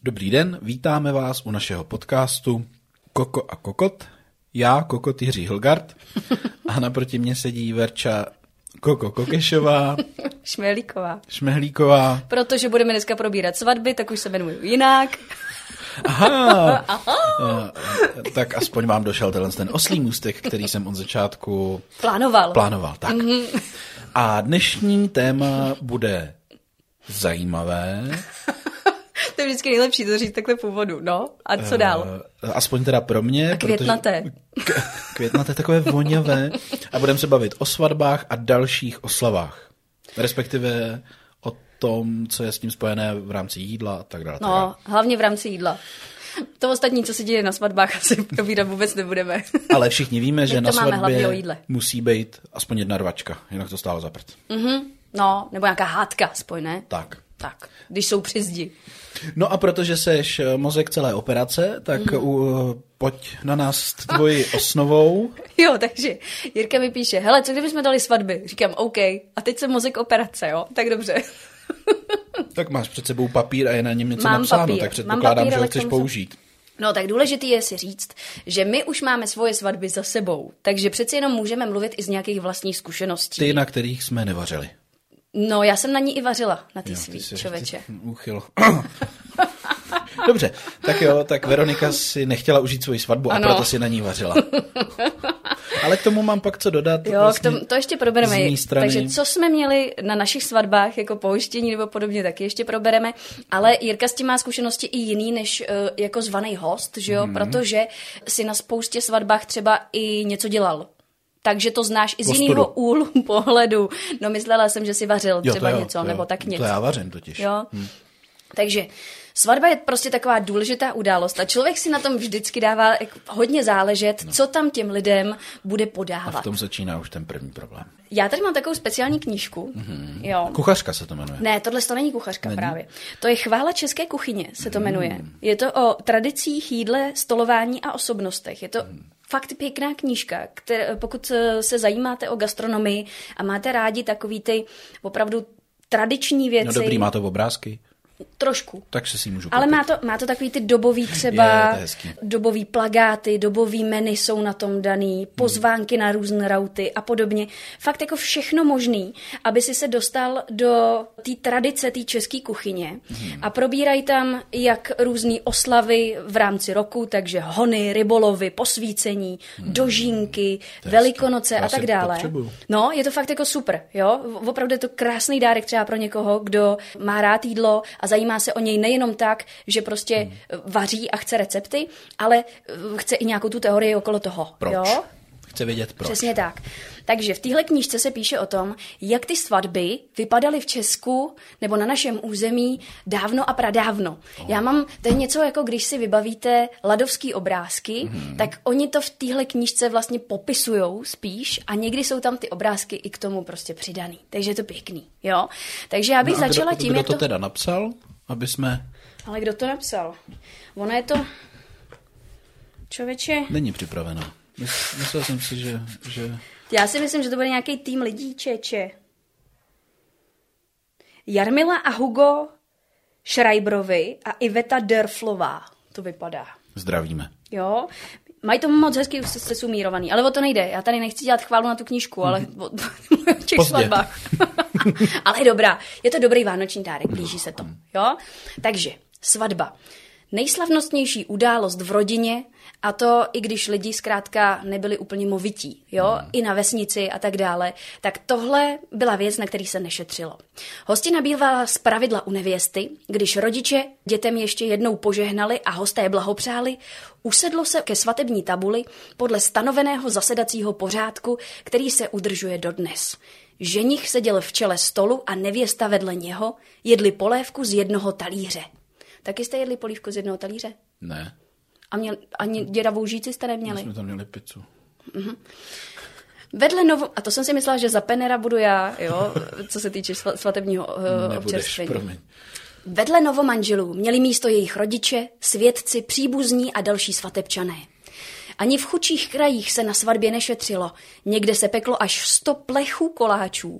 Dobrý den, vítáme vás u našeho podcastu Koko a Kokot. Já, Kokot Jiří Hilgard, a naproti mě sedí Verča Koko Kokešová. Šmehlíková. Protože budeme dneska probírat svatby, tak už se jmenuji jinak. Aha. Tak aspoň vám došel ten oslý můstek, který jsem od začátku plánoval. Tak. A dnešní téma bude zajímavé. To je vždycky nejlepší to říct takhle v úvodu, no. A co dál? Aspoň teda pro mě. A květnaté. Květnaté, takové voňavé. A budeme se bavit o svatbách a dalších oslavách. Respektive o tom, co je s tím spojené v rámci jídla a tak dále. No, hlavně v rámci jídla. To ostatní, co se děje na svatbách, asi probírat vůbec nebudeme. Ale všichni víme, že na svatbě jídle. Musí být aspoň jedna rvačka, jinak to stálo za prd. No, nebo nějaká hádka aspoň, ne? Tak, když jsou při zdi. No a protože seš mozek celé operace, tak pojď na nás s tvojí osnovou. Jo, takže Jirka mi píše, hele, co kdybychom dali svatby? Říkám, OK, a teď jsem mozek operace, jo? Tak dobře. Tak máš před sebou papír a je na něm něco napsáno, tak předpokládám, že ho chceš použít. No tak důležitý je si říct, že my už máme svoje svatby za sebou, takže přeci jenom můžeme mluvit i z nějakých vlastních zkušeností. Ty, na kterých jsme nevařili. No, já jsem na ní i vařila, na ty svý, člověče. Úchyl. Dobře, tak jo, tak Veronika si nechtěla užít svoji svatbu a proto si na ní vařila. Ale k tomu mám pak co dodat. Jo, vlastně to ještě probereme. Takže co jsme měli na našich svatbách jako pouštění nebo podobně, taky ještě probereme. Ale Jirka s tím má zkušenosti i jiný než jako zvaný host, že jo? Protože si na spoustě svatbách třeba i něco dělal. Takže to znáš i z jiného úhlu pohledu. No myslela jsem, že si vařil třeba něco, nebo tak něco. To já vařím totiž. Jo. Takže svatba je prostě taková důležitá událost a člověk si na tom vždycky dává hodně záležet, co tam těm lidem bude podávat. A v tom začíná už ten první problém. Já tady mám takovou speciální knížku. Jo. Kuchařka se to jmenuje. Ne, tohle to není kuchařka právě. To je Chvála české kuchyně se to jmenuje. Je to o tradicích, jídle, stolování a osobnostech. Je to fakt pěkná knížka, pokud se zajímáte o gastronomii a máte rádi takový ty opravdu tradiční věci. No dobrý, má to obrázky? Trošku. Tak se si můžu Ale má to takový ty dobový třeba, dobový plagáty, dobový menu jsou na tom daný, pozvánky na různé rauty a podobně. Fakt jako všechno možný, aby si se dostal do té tradice, té české kuchyně a probírají tam jak různý oslavy v rámci roku, takže hony, rybolovy, posvícení, dožínky, velikonoce a tak dále. No, je to fakt jako super, jo? Opravdu je to krásný dárek třeba pro někoho, kdo má rád jídlo a zajímá se o něj nejenom tak, že prostě vaří a chce recepty, ale chce i nějakou tu teorii okolo toho. Proč? Jo? Chce vědět proč. Přesně tak. Takže v téhle knížce se píše o tom, jak ty svatby vypadaly v Česku nebo na našem území dávno a pradávno. To je něco jako když si vybavíte ladovský obrázky, tak oni to v téhle knížce vlastně popisujou spíš a někdy jsou tam ty obrázky i k tomu prostě přidaný. Takže je to pěkný, jo? Takže já bych začala tím, kdo to teda napsal, aby jsme... Ale kdo to napsal? Ono je to... Člověče... Není připravená. Myslel jsem si, že... Já si myslím, že to bude nějaký tým lidí, čeče. Jarmila a Hugo Schreiberovi a Iveta Dörflová. To vypadá. Zdravíme. Jo, mají to moc hezky sesumírovaný, ale o to nejde. Já tady nechci dělat chválu na tu knížku, ale o těch svatbách. Ale dobrá, je to dobrý vánoční dárek, blíží se to. Jo? Takže svatba. Nejslavnostnější událost v rodině, a to i když lidi zkrátka nebyli úplně movití, jo, i na vesnici a tak dále, tak tohle byla věc, na který se nešetřilo. Hostina bývala zpravidla u nevěsty, když rodiče dětem ještě jednou požehnali a hosté blahopřáli, usedlo se ke svatební tabuli podle stanoveného zasedacího pořádku, který se udržuje dodnes. Ženich seděl v čele stolu a nevěsta vedle něho, jedli polévku z jednoho talíře. Taky jste jedli polívku z jednoho talíře? Ne. A ani děravou žíci jste neměli? My jsme tam měli pizzu. A to jsem si myslela, že za penera budu já, jo, co se týče svatebního občerstvení. Promiň. Vedle novomanželů měli místo jejich rodiče, svědci, příbuzní a další svatebčané. Ani v chudších krajích se na svatbě nešetřilo. Někde se peklo až 100 plechů koláčů.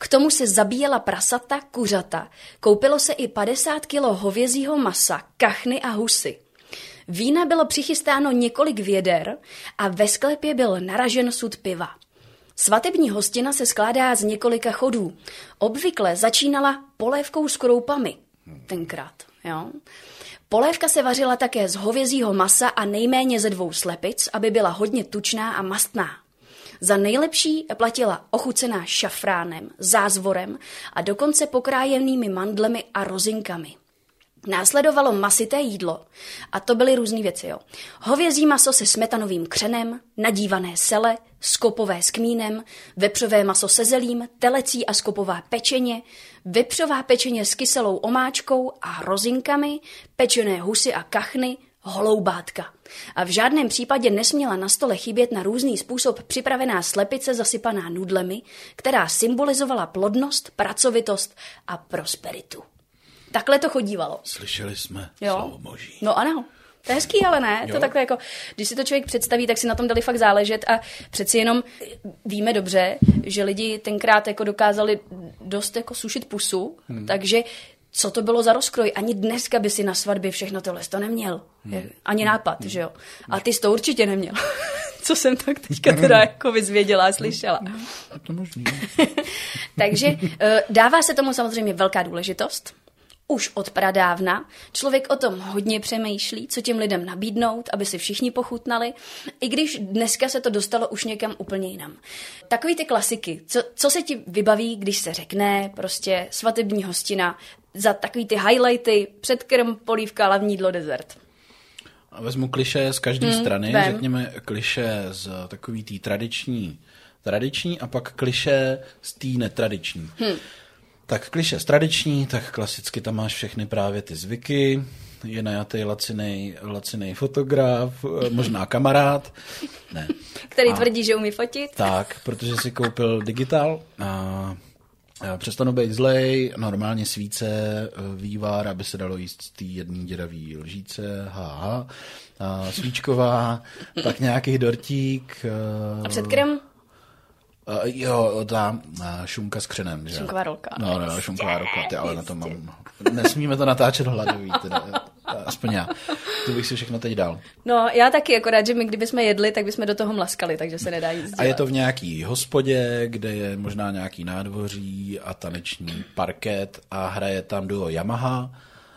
K tomu se zabíjela prasata, kuřata. Koupilo se i 50 kilo hovězího masa, kachny a husy. Vína bylo přichystáno několik věder a ve sklepě byl naražen sud piva. Svatební hostina se skládá z několika chodů. Obvykle začínala polévkou s kroupami. Tenkrát, jo. Polévka se vařila také z hovězího masa a nejméně ze 2 slepic, aby byla hodně tučná a mastná. Za nejlepší platila ochucená šafránem, zázvorem a dokonce pokrájenými mandlemi a rozinkami. Následovalo masité jídlo a to byly různý věci. Jo. Hovězí maso se smetanovým křenem, nadívané sele, skopové s kmínem, vepřové maso se zelím, telecí a skopová pečeně, vepřová pečeně s kyselou omáčkou a rozinkami, pečené husy a kachny, holoubátka. A v žádném případě nesměla na stole chybět na různý způsob připravená slepice zasypaná nudlemi, která symbolizovala plodnost, pracovitost a prosperitu. Takhle to chodívalo. Slyšeli jsme slovo boží. No ano. To je hezký, ale ne? Jo. To takhle jako, když si to člověk představí, tak si na tom dali fakt záležet a přeci jenom víme dobře, že lidi tenkrát jako dokázali dost jako sušit pusu, takže co to bylo za rozkroj? Ani dneska by si na svatbě všechno tohle to neměl. Ani nápad, že jo? A ty jsi to určitě neměl. Co jsem tak teďka teda jako vyzvěděla a slyšela. To možný. Takže dává se tomu samozřejmě velká důležitost. Už od pradávna člověk o tom hodně přemýšlí, co těm lidem nabídnout, aby si všichni pochutnali, i když dneska se to dostalo už někam úplně jinam. Takový ty klasiky, co se ti vybaví, když se řekne prostě svatební hostina, za takový ty highlighty, předkrm, polívka, hlavní jídlo, dezert. A vezmu klišé z každé strany, řekněme klišé z takový tý tradiční a pak klišé z tý netradiční. Tak klišé z tradiční, tak klasicky tam máš všechny právě ty zvyky, je najatý lacinej fotograf, možná kamarád. Ne. Který tvrdí, že umí fotit. Tak, protože si koupil digitál a přestanu být zlej, normálně svíce, vývar, aby se dalo jíst z té jedné děravý lžíce, svíčková, pak nějaký dortík. A předkrm? Jo, ta šunka s křenem. Že? Šunková rolka. No, šunková rolka, ty, ale na to mám. Nesmíme to natáčet hladový, teda, aspoň já. To bych si všechno teď dal. No, já taky, akorát, že my kdybychom jedli, tak bychom do toho mlaskali, takže se nedá nic dělat. A je to v nějaký hospodě, kde je možná nějaký nádvoří a taneční parket a hraje tam duo Yamaha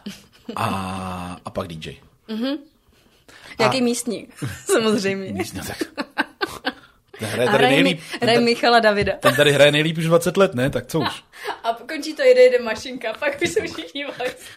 a pak DJ. Jaký místní, samozřejmě. Místní, tak. Hraje Michala Davida. Ten tady hraje nejlíp už 20 let, ne? Tak co už? A končí to jede mašinka, pak už jsou všichni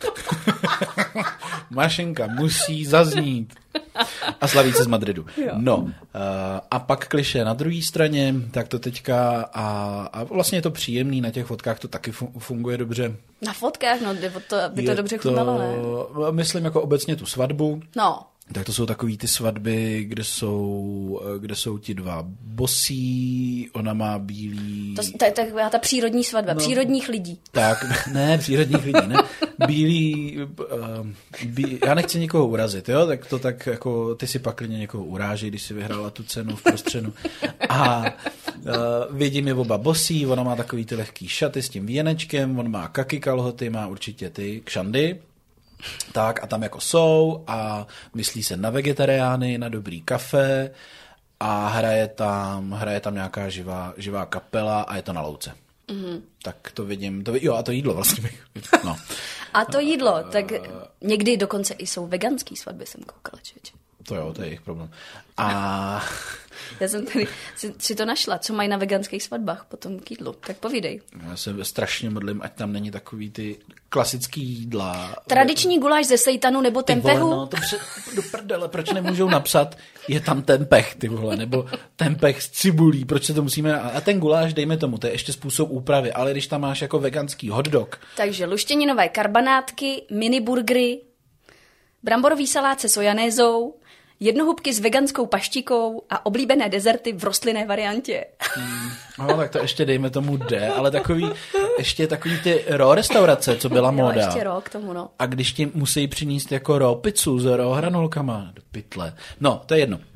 Mašinka musí zaznít. A Slavíce z Madridu. Jo. No, a pak klišé na druhé straně, tak to teďka a vlastně je to příjemný, na těch fotkách to taky funguje dobře. Na fotkách, no, by to dobře chutnalo, ne? Myslím jako obecně tu svatbu. No. Tak to jsou takový ty svatby, kde jsou ti dva bosí, ona má bílý... To je taková ta přírodní svatba, přírodních lidí. Tak, ne, přírodních lidí, ne. Bílý, já nechci nikoho urazit, jo, tak to tak jako, ty si paklidně někoho uráží, když si vyhrála tu cenu v prostřenu. A vidím je oba bosí, ona má takový ty lehký šaty s tím věnečkem, on má kaky kalhoty, má určitě ty kšandy. Tak a tam jako jsou a myslí se na vegetariány, na dobrý kafe a hraje tam nějaká živá kapela a je to na louce. Tak to vidím, a to jídlo vlastně. No. A to jídlo, tak někdy dokonce i jsou veganský svatby, jsem koukala, člověče. To jo, to je jejich problém. A... Já jsem tady si to našla, co mají na veganských svatbách potom k jídlu. Tak povídej. Já se strašně modlím, ať tam není takový ty klasický jídla. Tradiční guláš ze sejtanu nebo tempehu? No, to do prdele, proč nemůžou napsat, je tam tempeh, ty vole, nebo tempeh s cibulí, proč se to musíme... A ten guláš, dejme tomu, to je ještě způsob úpravy, ale když tam máš jako veganský hotdog. Takže luštěninové karbanátky, mini burgery, bramborový salát se sojanézou, jednohubky s veganskou paštikou a oblíbené dezerty v rostlinné variantě. No, tak to ještě dejme tomu ale ještě takový ty raw restaurace, co byla móda. Ještě raw k tomu, no. A když ti musí přinést jako raw pizzu s raw hranolkama, do pytle. No, to je jedno.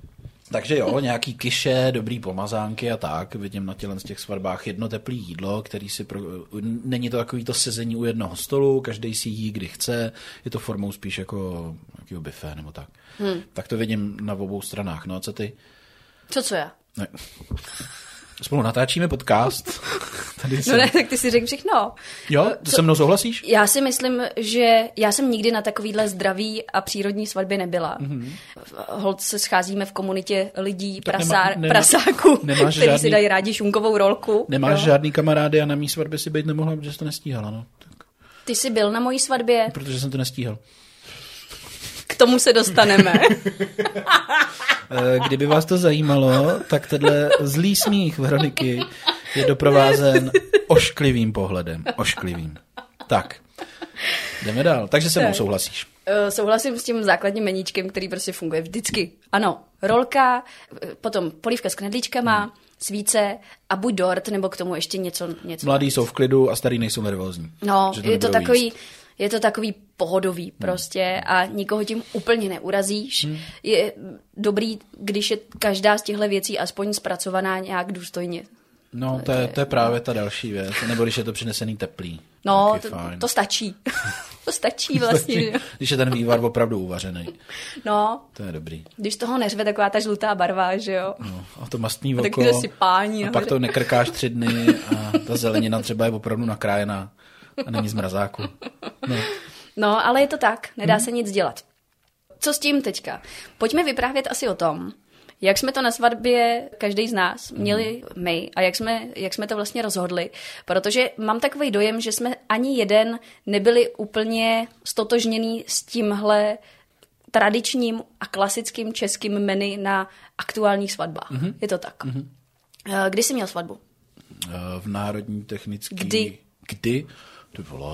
Takže jo, nějaký kyše, dobrý pomazánky a tak. Vidím na z těch svatbách jedno teplý jídlo, který si není to takový to sezení u jednoho stolu, každý si jí, kdy chce. Je to formou spíš jako nějakého buffet nebo tak. Tak to vidím na obou stranách. No a co ty? Co já? Ne. Spolu natáčíme podcast. Tady no ne, tak ty si řekl všechno. Jo, se mnou souhlasíš? Já si myslím, že já jsem nikdy na takovýhle zdravý a přírodní svatbě nebyla. Holt se scházíme v komunitě lidí, prasáků, kteří si dají rádi šunkovou rolku. Nemáš žádný kamarády a na mý svatbě si být nemohla, protože jsi to nestíhala. No. Tak. Ty jsi byl na mojí svatbě? Protože jsem to nestíhal. K tomu se dostaneme. Kdyby vás to zajímalo, tak tenhle zlý smích Veroniky je doprovázen ošklivým pohledem. Ošklivým. Tak, jdeme dál. Takže se mnou souhlasíš. Souhlasím s tím základním meníčkem, který prostě funguje vždycky. Ano, rolka, potom polívka s knedlíčkama, svíce a buď dort, nebo k tomu ještě něco. Mladí jsou v klidu a starý nejsou nervózní. No, je to takový pohodový prostě a nikoho tím úplně neurazíš. Je dobrý, když je každá z těchto věcí aspoň zpracovaná nějak důstojně. No, to je právě ta další věc. Nebo když je to přinesený teplý. No, to stačí. To stačí vlastně. Když je ten vývar opravdu uvařený. No. To je dobrý. Když toho neřve taková ta žlutá barva, že jo. No, a to mastný oko. Taky zasypání. A pak to nekrkáš 3 dny a ta zelenina třeba je opravdu nakrájená a není z mrazáku. No, ale je to tak. Nedá se nic dělat. Co s tím teďka? Pojďme vyprávět asi o tom, jak jsme to na svatbě, každý z nás, měli my a jak jsme to vlastně rozhodli. Protože mám takový dojem, že jsme ani jeden nebyli úplně stotožněný s tímhle tradičním a klasickým českým menu na aktuálních svatbách. Je to tak. Kdy jsi měl svatbu? V Národní technický... Kdy? Ty vole.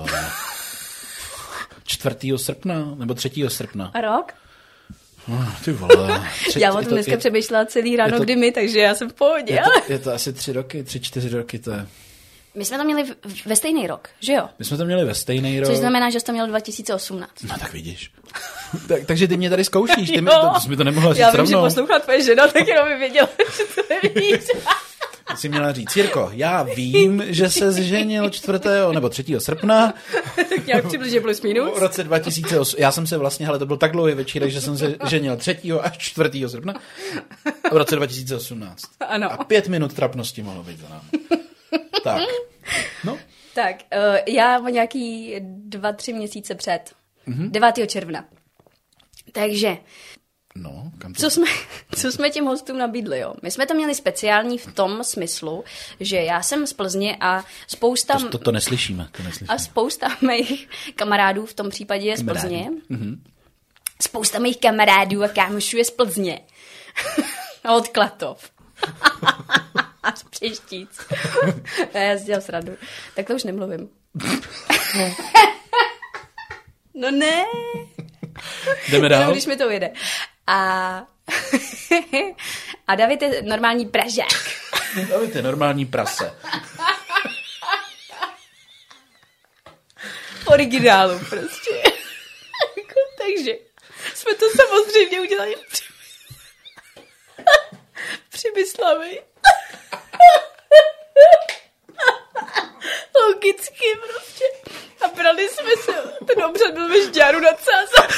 4. srpna nebo 3. srpna. A rok? Ty vole. Já o tom dneska přemýšlela celý ráno, kdy my, takže já jsem v pohodě. Je to asi 3-4 roky, to je... My jsme to měli ve stejný rok, že jo? My jsme to měli ve stejný rok. Což znamená, že jsi to měl 2018. No tak vidíš. Takže ty mě tady zkoušíš, ty jsi mi to nemohla říct rovnou. Já vím, že poslouchá tvoje žena, tak jenom mi věděla, že to nevíš. Jsi měla říct, Jirko, já vím, že se zženil 4. nebo 3. srpna. Tak nějak přibližně plus minus. V roce 2008. Já jsem se vlastně, to byl tak dlouhý večírek, že jsem se ženil 3. až 4. srpna. V roce 2018. Ano. A 5 minut trapnosti mohlo být za námi. Tak. No. Tak, já o nějaký 2-3 měsíce před. 9. června. Takže... No, co jsme těm hostům nabídli, jo? My jsme to měli speciální v tom smyslu, že já jsem z Plzně a spousta... To neslyšíme. A spousta mých kamarádů v tom případě je z Plzně. Spousta mých kamarádů a kámošů je z Plzně. Od Klatov. A z Příštíc. Já si dělám srandu. Tak to už nemluvím. No ne. Jdeme dál. Když mi to ujede. A David je normální Pražák. David je normální prase. Originálu prostě. Takže jsme to samozřejmě udělali Přemyslavy. Logicky prostě. A brali jsme se. Ten obřad byl ve Žďáru nad Sázavou.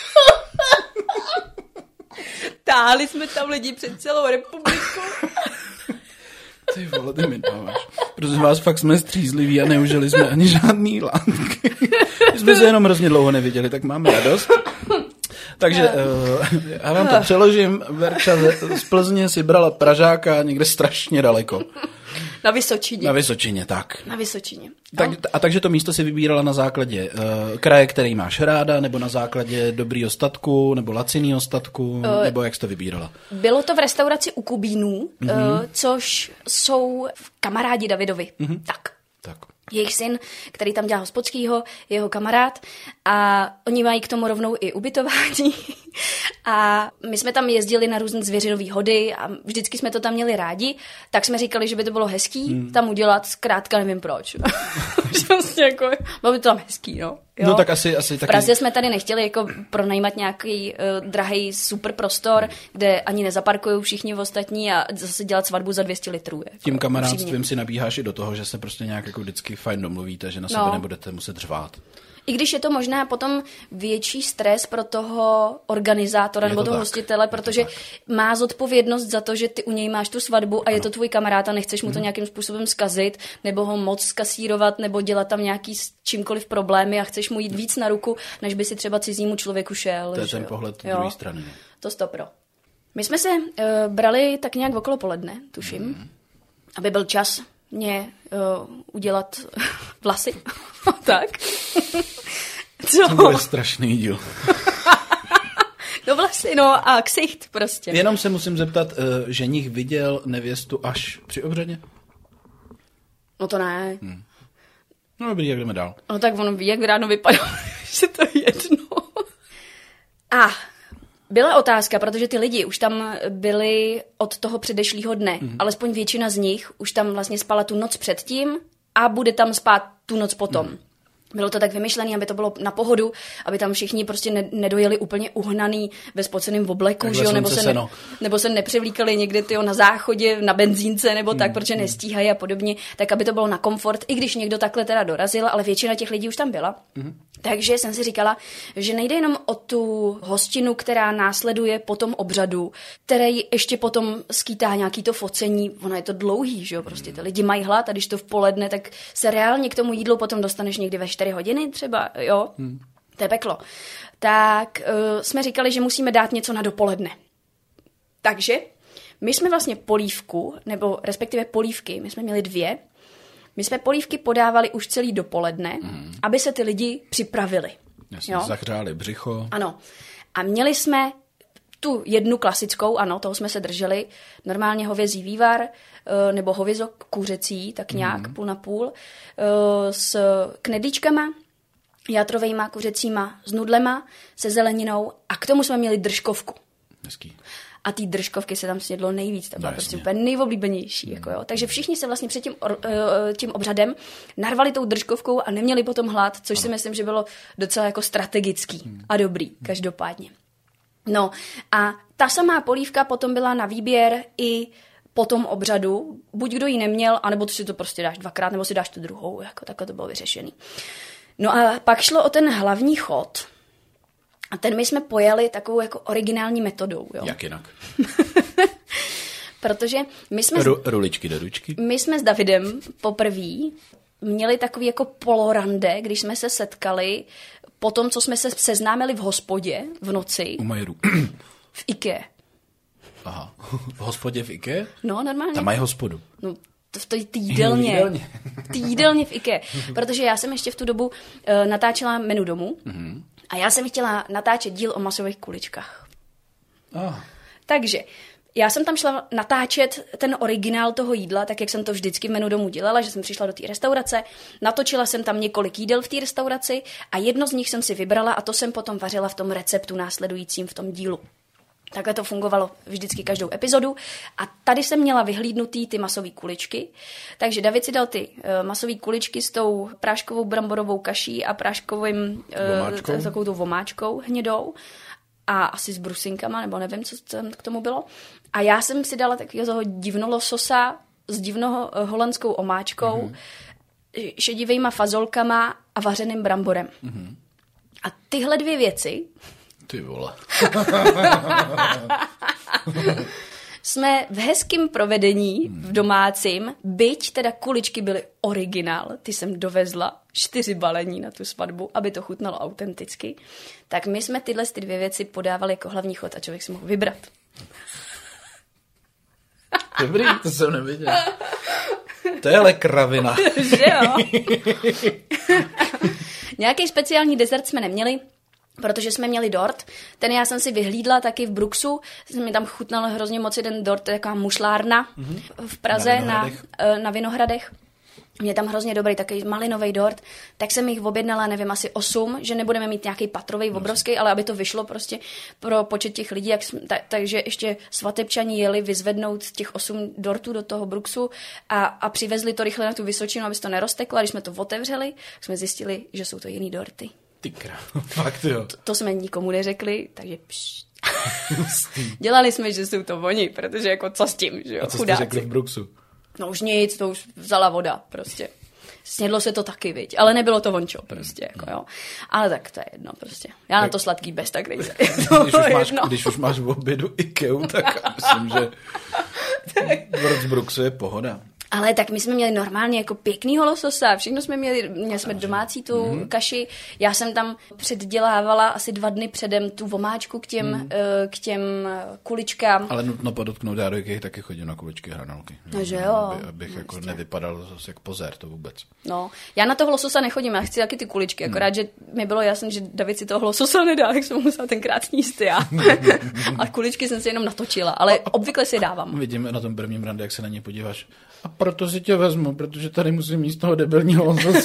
Táhli jsme tam lidi před celou republiku. Ty vole, ty mi dáváš. Protože vás fakt jsme střízliví a neužili jsme ani žádný látky. Když jsme se jenom hrozně dlouho neviděli, tak máme radost. Takže já vám to přeložím. Verča z Plzně si brala Pražáka někde strašně daleko. Na Vysočině. Na Vysočině, tak. Na Vysočině. Takže to místo si vybírala na základě kraje, který máš ráda, nebo na základě dobrýho statku, nebo lacinýho statku, nebo jak jsi to vybírala? Bylo to v restauraci u Kubínů, což jsou kamarádi Davidovi. Tak. Jejich syn, který tam dělá hospodskýho, jeho kamarád a oni mají k tomu rovnou i ubytování A my jsme tam jezdili na různé zvěřinové hody a vždycky jsme to tam měli rádi, tak jsme říkali, že by to bylo hezký tam udělat, zkrátka nevím proč. Vlastně jako, bylo by to tam hezký, no. Jo? No tak asi taky... V Praze jsme tady nechtěli jako pronajímat nějaký drahý super prostor, kde ani nezaparkují všichni ostatní a zase dělat svatbu za 200 litrů. Jako, tím kamarádstvím si nabíháš i do toho, že se prostě nějak jako vždycky fajn domluvíte, že na sebe nebudete muset řvát. I když je to možná potom větší stres pro toho organizátora nebo toho hostitele, protože má zodpovědnost za to, že ty u něj máš tu svatbu a je to tvůj kamarád a nechceš mu to nějakým způsobem zkazit, nebo ho moc skasírovat, nebo dělat tam nějaký s čímkoliv problémy a chceš mu jít víc na ruku, než by si třeba cizímu člověku šel. To je ten pohled druhé strany. To stopro. My jsme se brali tak nějak okolo poledne, tuším, aby byl čas mě udělat vlasy. Tak. Co? To bude strašný díl. No vlasy, no a ksicht prostě. Jenom se musím zeptat, ženich viděl nevěstu až při obřadě? No to ne. No dobrý, jak jdeme dál. No tak on ví, jak ráno vypadá, že to je jedno. A byla otázka, protože ty lidi už tam byli od toho předešlého dne. Alespoň většina z nich už tam vlastně spala tu noc předtím a bude tam spát tu noc potom. Bylo to tak vymyšlené, aby to bylo na pohodu, aby tam všichni prostě nedojeli úplně uhnaný ve spoceném obleku, že jo? Nebo se nepřevlíkali někde na záchodě, na benzínce nebo tak, protože nestíhají a podobně, tak aby to bylo na komfort, i když někdo takhle teda dorazil, ale většina těch lidí už tam byla. Takže jsem si říkala, že nejde jenom o tu hostinu, která následuje po tom obřadu, který ještě potom skýtá nějaký to focení, ono je to dlouhý, že jo? Prostě ty lidi mají hlad a když to v poledne, tak se reálně k tomu jídlu potom dostaneš někdy ve 4 hodiny třeba, jo? To je peklo. Tak jsme říkali, že musíme dát něco na dopoledne. Takže my jsme vlastně polívku, nebo respektive polívky, my jsme měli 2. My jsme polívky podávali už celý dopoledne, aby se ty lidi připravili. Jasně, zahřáli břicho. Ano. A měli jsme tu jednu klasickou, ano, toho jsme se drželi, normálně hovězí vývar, nebo hovězo kuřecí, tak nějak, půl na půl, s knedlíčkama, játrovejma, kuřecíma, s nudlema, se zeleninou a k tomu jsme měli držkovku. Hezký. A ty držkovky se tam snědlo nejvíc, to bylo prostě úplně nejoblíbenější. Jako jo. Takže všichni se vlastně před tím obřadem narvali tou držkovkou a neměli potom hlad, což si myslím, že bylo docela jako strategický a dobrý, každopádně. No a ta samá polívka potom byla na výběr i po tom obřadu, buď kdo ji neměl, anebo ty si to prostě dáš 2krát, nebo si dáš tu druhou, jako takhle to bylo vyřešený. No a pak šlo o ten hlavní chod. A ten my jsme pojali takovou jako originální metodou. Jo? Jak jinak? Protože my jsme... Ruličky do ručky. My jsme s Davidem poprvé měli takový jako polorande, když jsme se setkali po tom, co jsme se seznámili v hospodě v noci. U Majerů. V IKEA. Aha. V hospodě v IKEA? No, normálně. Tam mají hospodu. No, to je jídelně. Jídelně v IKEA. Protože já jsem ještě v tu dobu natáčela Menu domů a já jsem chtěla natáčet díl o masových kuličkách. Takže já jsem tam šla natáčet ten originál toho jídla, tak jak jsem to vždycky v Menu domů dělala, že jsem přišla do té restaurace, natočila jsem tam několik jídel v té restauraci a jedno z nich jsem si vybrala a to jsem potom vařila v tom receptu následujícím v tom dílu. Takhle to fungovalo vždycky každou epizodu. A tady jsem měla vyhlídnutý ty masové kuličky. Takže David si dal ty masové kuličky s tou práškovou bramborovou kaší a práškovým takovou tou vomáčkou hnědou. A asi s brusinkama, nebo nevím, co tam k tomu bylo. A já jsem si dala takového toho divnolososa s divnou holandskou omáčkou, šedivejma fazolkama a vařeným bramborem. A tyhle 2 věci... Ty vole. Jsme v hezkém provedení, v domácím, byť teda kuličky byly originál, ty jsem dovezla 4 balení na tu svatbu, aby to chutnalo autenticky, tak my jsme tyhle 2 věci podávali jako hlavní chod a člověk si mohl vybrat. Dobrý, to jsem neviděl. To je ale kravina. Že jo? Nějaký speciální dezert jsme neměli, protože jsme měli dort. Ten já jsem si vyhlídla taky v Bruxu. Mi tam chutnal hrozně moc jeden dort, taková mušlárna v Praze na Vinohradech. Mě tam hrozně dobrý takový malinový dort, tak jsem jich objednala, nevím, asi 8, že nebudeme mít nějaký patrový obrovský, ale aby to vyšlo prostě pro počet těch lidí, takže ještě svatebčani jeli vyzvednout těch 8 dortů do toho Bruxu a přivezli to rychle na tu Vysočinu, aby se to nerozteklo. A když jsme to otevřeli, jsme zjistili, že jsou to jiný dorty. Ty krávo, fakt jo. To jsme nikomu neřekli, takže dělali jsme, že jsou to oni, protože jako co s tím, že jo, a co jste řekli v Bruxu? No už nic, to už vzala voda prostě. Snědlo se to taky, viď, ale nebylo to vončo prostě, jako jo. Ale tak to je jedno prostě. Já na to sladký bez, tak nejde. Když už máš v obědu Ikeu, tak myslím, že dort z Bruxu je pohoda. Ale tak my jsme měli normálně jako pěknýho lososa, všechno jsme měli jsme domácí tu kaši. Já jsem tam předdělávala asi 2 dny předem tu vomáčku k těm kuličkám. Ale nutno podotknout, já do Ikei taky chodím na kuličky hranolky. No, že jo. Abych jako nevypadal zase jak pozér, to vůbec. No, já na toho lososa nechodím, já chci taky ty kuličky, akorát, že mi bylo jasné, že David si toho lososa nedá, tak jsem musela tenkrát sníst já. A kuličky jsem si jenom natočila, ale obvykle si je dávám. Vidím na tom prvním rande, jak se na ně podíváš. A proto si tě vezmu, protože tady musím mít toho debilního lososa.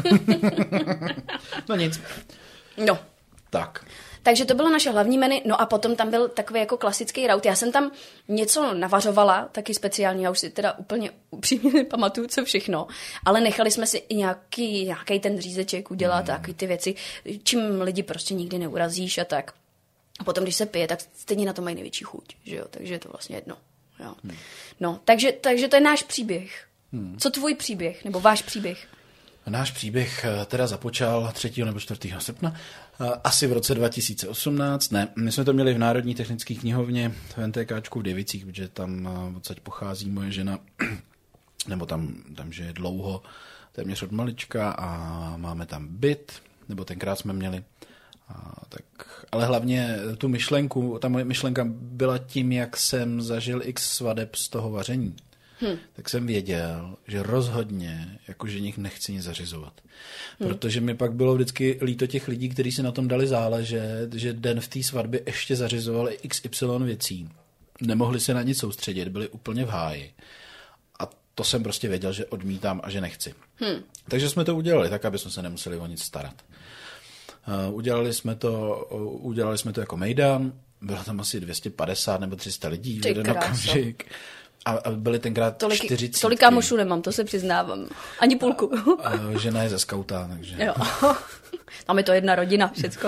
No nic. No. Tak. Takže to bylo naše hlavní menu, no a potom tam byl takový jako klasický raut. Já jsem tam něco navařovala, taky speciální, já už si teda úplně upřímně nepamatuju, co všechno, ale nechali jsme si i nějaký ten řízeček udělat, takový ty věci, čím lidi prostě nikdy neurazíš a tak. A potom, když se pije, tak stejně na to mají největší chuť, že jo, takže je to vlastně jedno. Jo. No, takže to je náš příběh. Co tvůj příběh, nebo váš příběh? Náš příběh teda započal 3. nebo 4. srpna, asi v roce 2018. Ne, my jsme to měli v Národní technické knihovně v NTKčku v Děvicích, protože tam odsaď pochází moje žena, nebo tam žije dlouho, téměř od malička a máme tam byt, nebo tenkrát jsme měli. Ale hlavně tu myšlenku, ta moje myšlenka byla tím, jak jsem zažil x svadeb z toho vaření. Tak jsem věděl, že rozhodně jako ženich nechci nic zařizovat. Protože mi pak bylo vždycky líto těch lidí, kteří si na tom dali záležet, že den v té svatbě ještě zařizovali XY věcí. Nemohli se na nic soustředit, byli úplně v háji. A to jsem prostě věděl, že odmítám a že nechci. Takže jsme to udělali tak, aby jsme se nemuseli o nic starat. Udělali jsme to jako mejdan, bylo tam asi 250 nebo 300 lidí v jeden okamžik. A byly tenkrát 40. Tolika mužů nemám, to se přiznávám. Ani půlku. Žena je ze skauta, takže... Jo. Tam je to jedna rodina, všecko.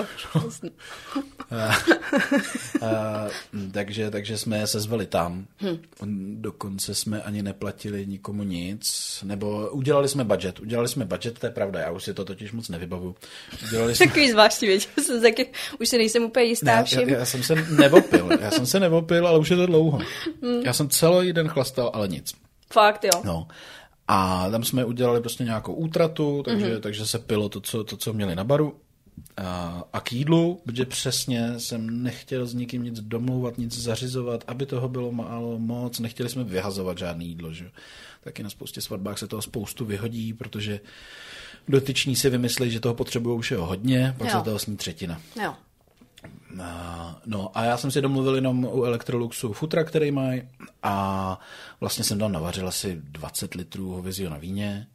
Takže jsme se zvali tam. Dokonce jsme ani neplatili nikomu nic. Nebo udělali jsme budget, to je pravda, já už si to totiž moc nevybavu. Takový zvláštní věc, už si nejsem úplně jistá všem. Já jsem se nevopil, ale už je to dlouho. Já jsem celý den chlastal, ale nic. Fakt, jo. No. A tam jsme udělali prostě nějakou útratu, takže se pilo to, co měli na baru. A k jídlu, protože přesně jsem nechtěl s nikým nic domlouvat, nic zařizovat, aby toho bylo málo moc, nechtěli jsme vyhazovat žádné jídlo, že? Taky na spoustě svatbách se toho spoustu vyhodí, protože dotyční si vymyslí, že toho potřebují už hodně, pak se toho sní třetina. Jo. No a já jsem si domluvil jenom u Electroluxu futra, který mají, a vlastně jsem tam navařil asi 20 litrů hovězího na víně.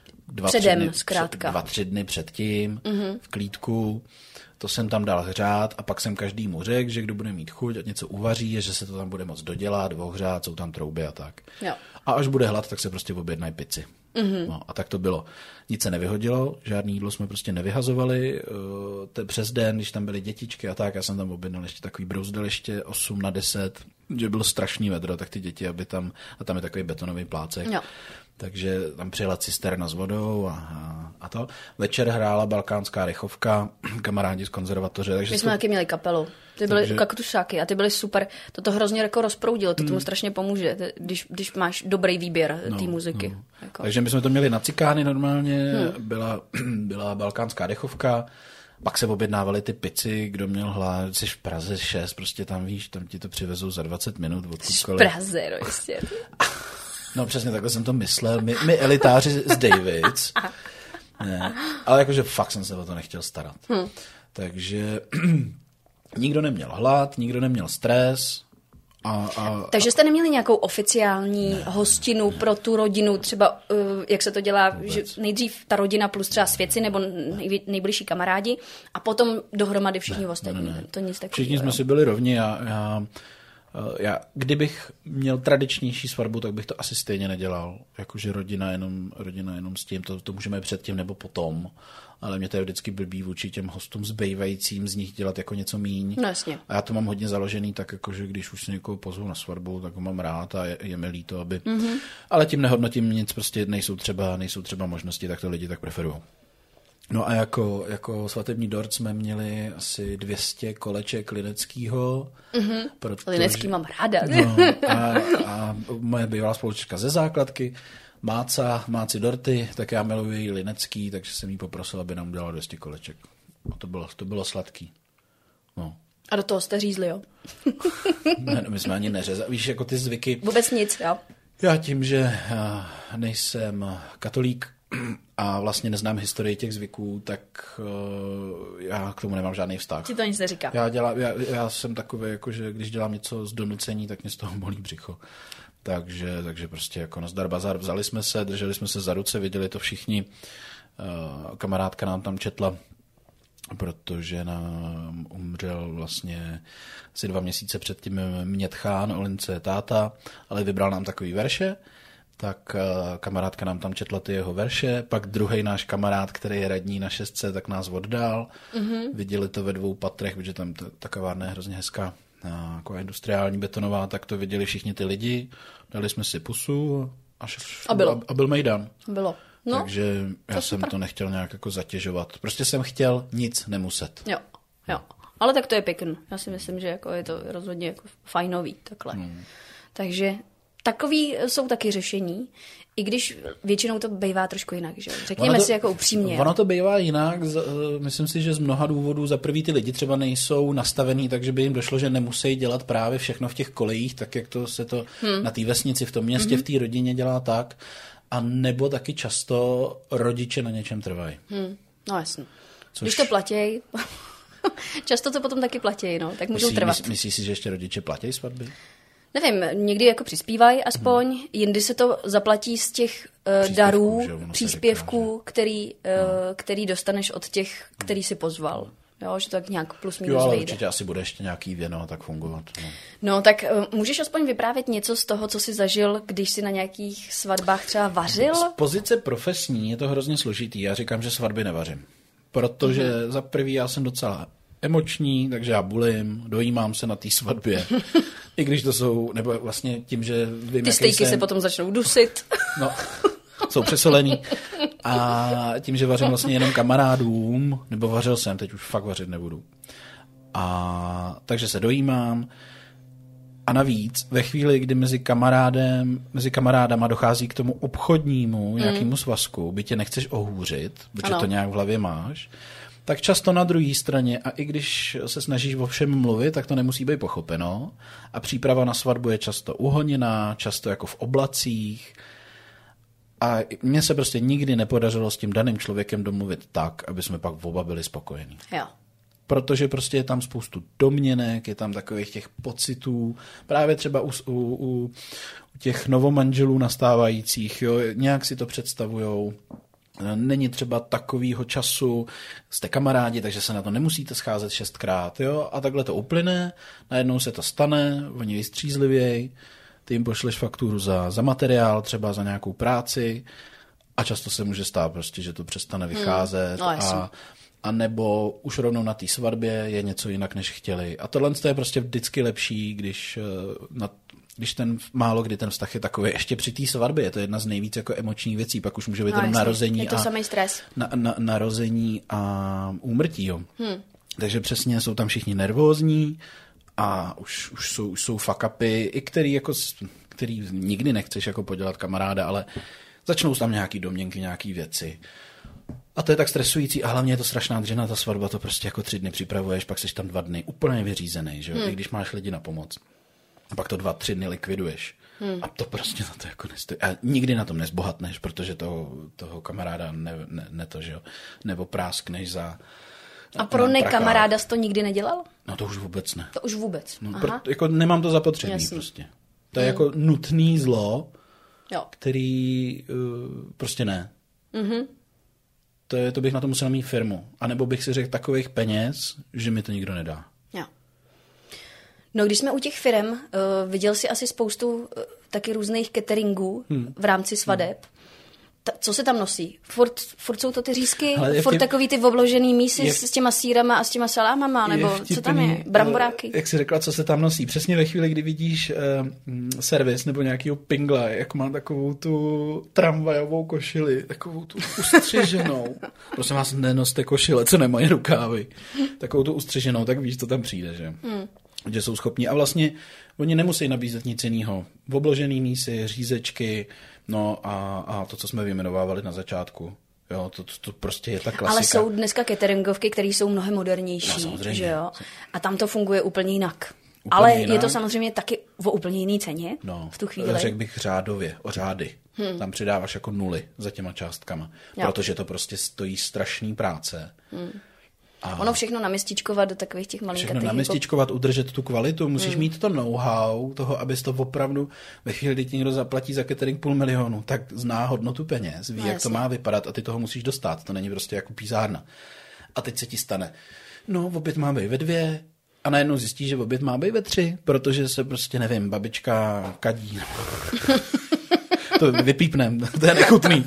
2-3 dny předtím v klídku. To jsem tam dal hřát a pak jsem každému řekl, že kdo bude mít chuť, ať něco uvaří, že se to tam bude moc dodělat, ohřát, jsou tam trouby a tak. Jo. A až bude hlad, tak se prostě objednají pici. No, a tak to bylo. Nic se nevyhodilo, žádný jídlo jsme prostě nevyhazovali. Přes den, když tam byly dětičky a tak, já jsem tam objednal ještě takový brouzdel ještě 8x10, že bylo strašný vedro, tak ty děti, aby tam, a tam je takový betonový plácek. Jo. Takže tam přijela cisterna s vodou a to. Večer hrála balkánská dechovka, kamarádi z konzervatoře. Takže my jsme taky měli kapelu. Ty byly kaktusáky a ty byly super. To hrozně jako rozproudilo, to tomu strašně pomůže, když máš dobrý výběr té muziky. No. Jako. Takže my jsme to měli na cikány normálně, byla balkánská dechovka, pak se objednávali ty pici, kdo měl hlad, jsi v Praze 6, prostě tam víš, tam ti to přivezou za 20 minut. Jsi v Praze, no jistě. No přesně takhle jsem to myslel. My elitáři z Davids. Ne, ale jakože fakt jsem se o to nechtěl starat. Takže nikdo neměl hlad, nikdo neměl stres Takže jste neměli nějakou oficiální hostinu pro tu rodinu, třeba jak se to dělá, vůbec. Že nejdřív ta rodina plus třeba svědci nebo nejbližší kamarádi a potom dohromady všichni ostatní. Ne. To nic takového. Všichni jsme si byli rovni. Já, kdybych měl tradičnější svatbu, tak bych to asi stejně nedělal. Jakože rodina jenom s tím, to můžeme předtím nebo potom. Ale mě to je vždycky blbý vůči těm hostům zbývajícím z nich dělat jako něco míň. No jasně. A já to mám hodně založený tak, jakože když už si někoho pozvu na svatbu, tak ho mám rád a je mi líto, aby... Ale tím nehodnotím nic, prostě nejsou třeba možnosti, tak to lidi tak preferují. No a jako svatební dort jsme měli asi 200 koleček lineckýho. Linecký mám ráda. No, a moje bývalá spolučka ze základky máci dorty, tak já miluji její linecký, takže jsem jí poprosil, aby nám udělala 200 koleček. A to bylo sladký. No. A do toho jste řízli, jo? Ne, my jsme ani neřezali. Víš, jako ty zvyky... Vůbec nic, jo? Já tím, že nejsem katolík a vlastně neznám historii těch zvyků, tak já k tomu nemám žádný vztah. Ti to nic neříká. Já jsem takový, jako, že když dělám něco z donucení, tak mě z toho bolí břicho. Takže prostě jako nazdar bazar, vzali jsme se, drželi jsme se za ruce, viděli to všichni. Kamarádka nám tam četla, protože nám umřel vlastně asi 2 měsíce předtím Mětchán, Olince je táta, ale vybral nám takový verše, tak kamarádka nám tam četla ty jeho verše, pak druhý náš kamarád, který je radní na 6, tak nás oddál. Viděli to ve 2 patrech, protože tam ta kavárna je hrozně hezká, jako industriální betonová, tak to viděli všichni ty lidi, dali jsme si pusu a byl mejdan. Bylo. No, takže já jsem to nechtěl nějak jako zatěžovat. Prostě jsem chtěl nic nemuset. Jo. Ale tak to je pěkný. Já si myslím, že jako je to rozhodně jako fajnový takhle. Takže takový jsou taky řešení, i když většinou to bývá trošku jinak, že? Řekněme si jako upřímně. Ono to bývá jinak, myslím si, že z mnoha důvodů. Za prvý ty lidi třeba nejsou nastavený, takže by jim došlo, že nemusí dělat právě všechno v těch kolejích, tak jak to se to na té vesnici, v tom městě, v té rodině dělá tak. A nebo taky často rodiče na něčem trvají. No jasně. Když to platí, často to potom taky platí, no, tak můžou trvat. Myslíš si, že ještě rodiče platí svatby? Nevím, někdy jako přispívají aspoň, jindy se to zaplatí z těch darů, příspěvků, který dostaneš od těch, který si pozval. Jo, že to tak nějak plus minus ale vejde. určitě asi bude ještě nějaký věno tak fungovat. No tak můžeš aspoň vyprávět něco z toho, co jsi zažil, když jsi na nějakých svatbách třeba vařil? Z pozice profesní je to hrozně složitý. Já říkám, že svatby nevařím. Protože za prvý já jsem docela emoční, takže já bulím, dojímám se na té svatbě. I když to jsou, nebo vlastně tím, že vím, ty stejky se potom začnou dusit. No, jsou přesolený. A tím, že vařím vlastně jenom kamarádům, nebo vařil jsem, teď už fakt vařit nebudu. A takže se dojímám. A navíc, ve chvíli, kdy mezi kamarádama dochází k tomu obchodnímu nějakému svazku, by tě nechceš ohůřit, protože to nějak v hlavě máš, tak často na druhé straně, a i když se snažíš o všem mluvit, tak to nemusí být pochopeno. A příprava na svatbu je často uhoněná, často jako v oblacích. A mně se prostě nikdy nepodařilo s tím daným člověkem domluvit tak, aby jsme pak oba byli spokojení. Jo. Protože prostě je tam spoustu domněnek, je tam takových těch pocitů, právě třeba u těch novomanželů nastávajících, jo, nějak si to představujou. Není třeba takovýho času, jste kamarádi, takže se na to nemusíte scházet 6krát, jo, a takhle to uplyne, najednou se to stane, oni vystřízlivějí, ty jim pošleš fakturu za materiál, třeba za nějakou práci a často se může stát prostě, že to přestane vycházet a nebo už rovnou na té svatbě je něco jinak, než chtěli. A tohle je prostě vždycky lepší, když málo kdy ten vztah je takový. Ještě při té svatbě je to jedna z nejvíc jako emočních věcí, pak už může být jenom narození. Je to samý stres. Narození a úmrtí. Jo. Takže přesně jsou tam všichni nervózní a už jsou fuck-upy, i který nikdy nechceš jako podělat kamaráda, ale začnou tam nějaký domněnky, nějaký věci. A to je tak stresující a hlavně je to strašná dřina, ta svatba, to prostě jako 3 dny připravuješ, pak jsi tam 2 dny úplně vyřízený, že jo, i když máš lidi na pomoc. A pak to 2-3 dny likviduješ. A to prostě na to jako nestojí. A nikdy na tom nezbohatneš, protože toho kamaráda že jo, nebo práskneš A pro nekamaráda jsi to nikdy nedělal? No to už vůbec ne. To už vůbec. No, jako nemám to zapotřebí. Jasný. Prostě. To je jako nutný zlo, který prostě ne. To bych na to musel mít firmu. A nebo bych si řekl takových peněz, že mi to nikdo nedá. Jo. No, když jsme u těch firem, viděl jsi asi spoustu taky různých cateringů v rámci svadeb. Co se tam nosí? Furt jsou to ty řízky? Furt takový ty obložený mísy s těma sýrama a s těma salámama? Nebo co tam je? Bramboráky? Jak jsi řekla, co se tam nosí? Přesně ve chvíli, kdy vidíš servis nebo nějakýho pingla, jak má takovou tu tramvajovou košili, takovou tu ustřiženou. Prosím vás, nenoste košile, co nemají rukávy. Takovou tu ustřiženou, tak víš, co tam přijde, že? Že jsou schopní. A vlastně oni nemusí nabízet nic jiného. Obložený mísy, řízečky, no a to, co jsme vyjmenovávali na začátku. Jo, to prostě je ta klasika. Ale jsou dneska cateringovky, které jsou mnohem modernější. No, že jo? A tam to funguje úplně jinak. Ale je to samozřejmě taky o úplně jiný ceně v tu chvíli. Řekl bych řádově, o řády. Tam přidáváš jako nuly za těma částkama. Protože to prostě stojí strašný práce. Ono všechno namestičkovat do takových těch malinkatých. Všechno namestičkovat, udržet tu kvalitu. Musíš mít to know-how toho, abys to opravdu ve chvíli, kdy ti někdo zaplatí za catering 500 000, tak zná hodnotu peněz, ví, jak to má vypadat a ty toho musíš dostat. To není prostě jako písárna. A teď se ti stane, no, oběd má být ve 2 a najednou zjistíš, že oběd má být ve 3, protože se prostě, nevím, babička kadí. To vypípnem, to je nechutný.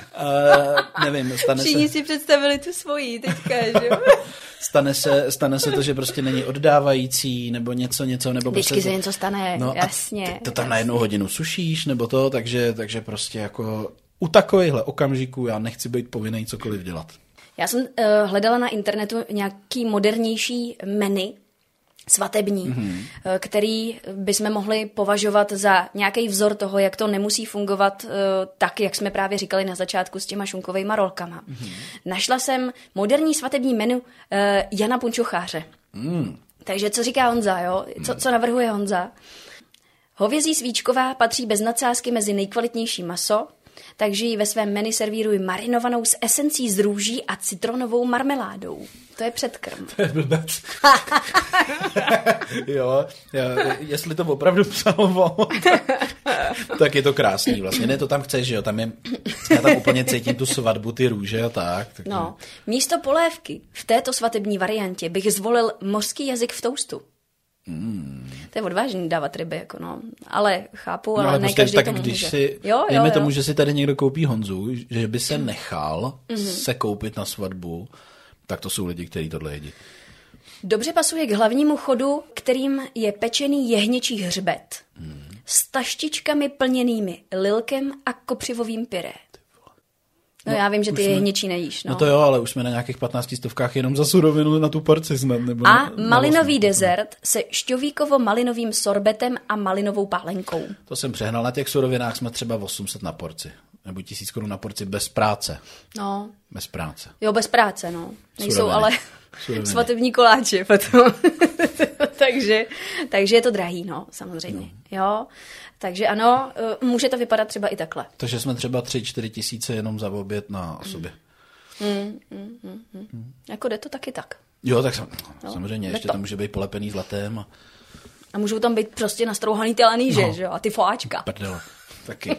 Nevím, Všichni si představili tu svoji teďka, že jo? Stane se to, že prostě není oddávající, nebo něco, nebo vždycky se něco stane, jasně. To tam na 1 hodinu sušíš, nebo to, takže prostě jako u takovýchhle okamžiků já nechci být povinný cokoliv dělat. Já jsem hledala na internetu nějaký modernější menu, svatební, který bychom mohli považovat za nějaký vzor toho, jak to nemusí fungovat tak, jak jsme právě říkali na začátku s těma šunkovejma rolkama. Našla jsem moderní svatební menu Jana Punčocháře. Takže co říká Honza, jo? Co navrhuje Honza? Hovězí svíčková patří bez nadsázky mezi nejkvalitnější maso, takže ji ve svém menu servíruji marinovanou s esencí z růží a citronovou marmeládou. To je předkrm. To je blbec. Jo, jestli to opravdu psalo, tak je to krásný vlastně. Ne, to tam chceš, že jo, já tam úplně cítím tu svatbu, ty růže a tak. No, místo polévky v této svatební variantě bych zvolil mořský jazyk v toustu. To je odvážný dávat ryby, jako no. Ale chápu, ale ne prostě každý tak, tomu může. Dejme tomu, že si tady někdo koupí Honzu, že by se nechal se koupit na svatbu, tak to jsou lidi, kteří tohle jedí. Dobře pasuje k hlavnímu chodu, kterým je pečený jehněčí hřbet. S taštičkami plněnými lilkem a kopřivovým pyré. No já vím, že ty jehněčí nejíš. No to jo, ale už jsme na nějakých 15 stovkách jenom za surovinu na tu porci snad. Nebo a malinový dezert se šťovíkovo-malinovým sorbetem a malinovou pálenkou. To jsem přehnal, na těch surovinách jsme třeba 800 na porci. Nebo 1000 Kč na porci bez práce. No. Bez práce. Jo, bez práce, no. Nejsou suroviny. Ale svatební koláče potom. takže je to drahý, no, samozřejmě. Jo. Takže ano, může to vypadat třeba i takhle. Takže jsme třeba 3-4 tisíce jenom za oběd na osobě. Jako jde to taky tak. Jo, tak samozřejmě, ještě to může být polepený zlatem. A můžou tam být prostě nastrouhaný ty laníže, že jo, a ty foáčka. Prdele, taky.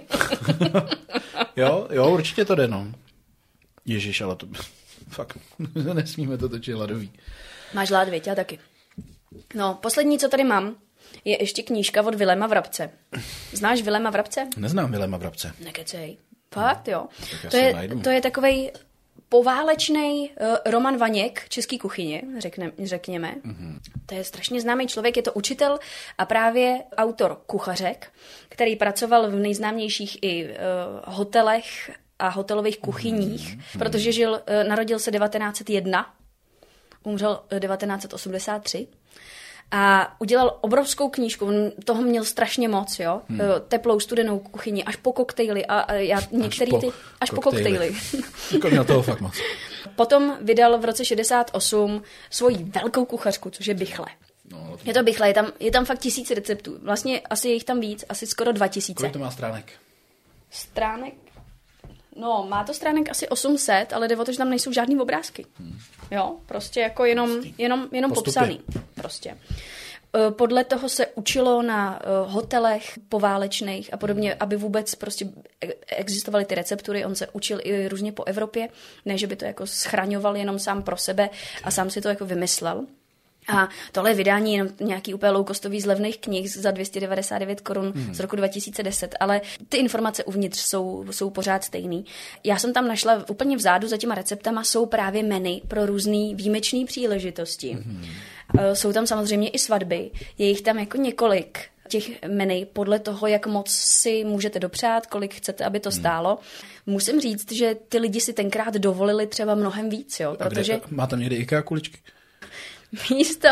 jo, určitě to jde, no. Ježiš, ale to fakt nesmíme to točit hladový. Máš hlad, věď, já taky. No, poslední, co tady mám, je ještě knížka od Viléma Vrabce. Znáš Viléma Vrabce? Neznám Viléma Vrabce. Nekecej. Fakt, jo. To je takovej poválečný Roman Vaněk české kuchyně, řekněme. To je strašně známý člověk, je to učitel a právě autor kuchařek, který pracoval v nejznámějších i hotelech a hotelových kuchyních, protože narodil se 1901, umřel 1983. A udělal obrovskou knížku, on toho měl strašně moc, jo. Teplou, studenou kuchyni, až po koktejly a já některý až po koktejly. Měl toho fakt moc. Potom vydal v roce 68 svoji velkou kuchařku, což je Bichle. No, je to Bichle, je tam fakt 1000 receptů. Vlastně asi je jich tam víc, asi skoro 2000. Kolik to má stránek? Stránek? No, má to stránek asi 800, ale jde o to, že tam nejsou žádný obrázky. Jo, prostě jako jenom popsaný. Prostě. Podle toho se učilo na hotelech poválečných a podobně, aby vůbec prostě existovaly ty receptury. On se učil i různě po Evropě, ne, že by to jako schraňoval jenom sám pro sebe a sám si to jako vymyslel. A tohle je vydání jenom nějaký úplně low-costový z levných knih za 299 korun z roku 2010, ale ty informace uvnitř jsou pořád stejný. Já jsem tam našla úplně vzadu za těma receptama jsou právě menu pro různý výjimečné příležitosti. Jsou tam samozřejmě i svatby, je jich tam jako několik těch menu podle toho, jak moc si můžete dopřát, kolik chcete, aby to stálo. Musím říct, že ty lidi si tenkrát dovolili třeba mnohem víc, jo, protože... Má tam někdy IKEA kuličky? Místo.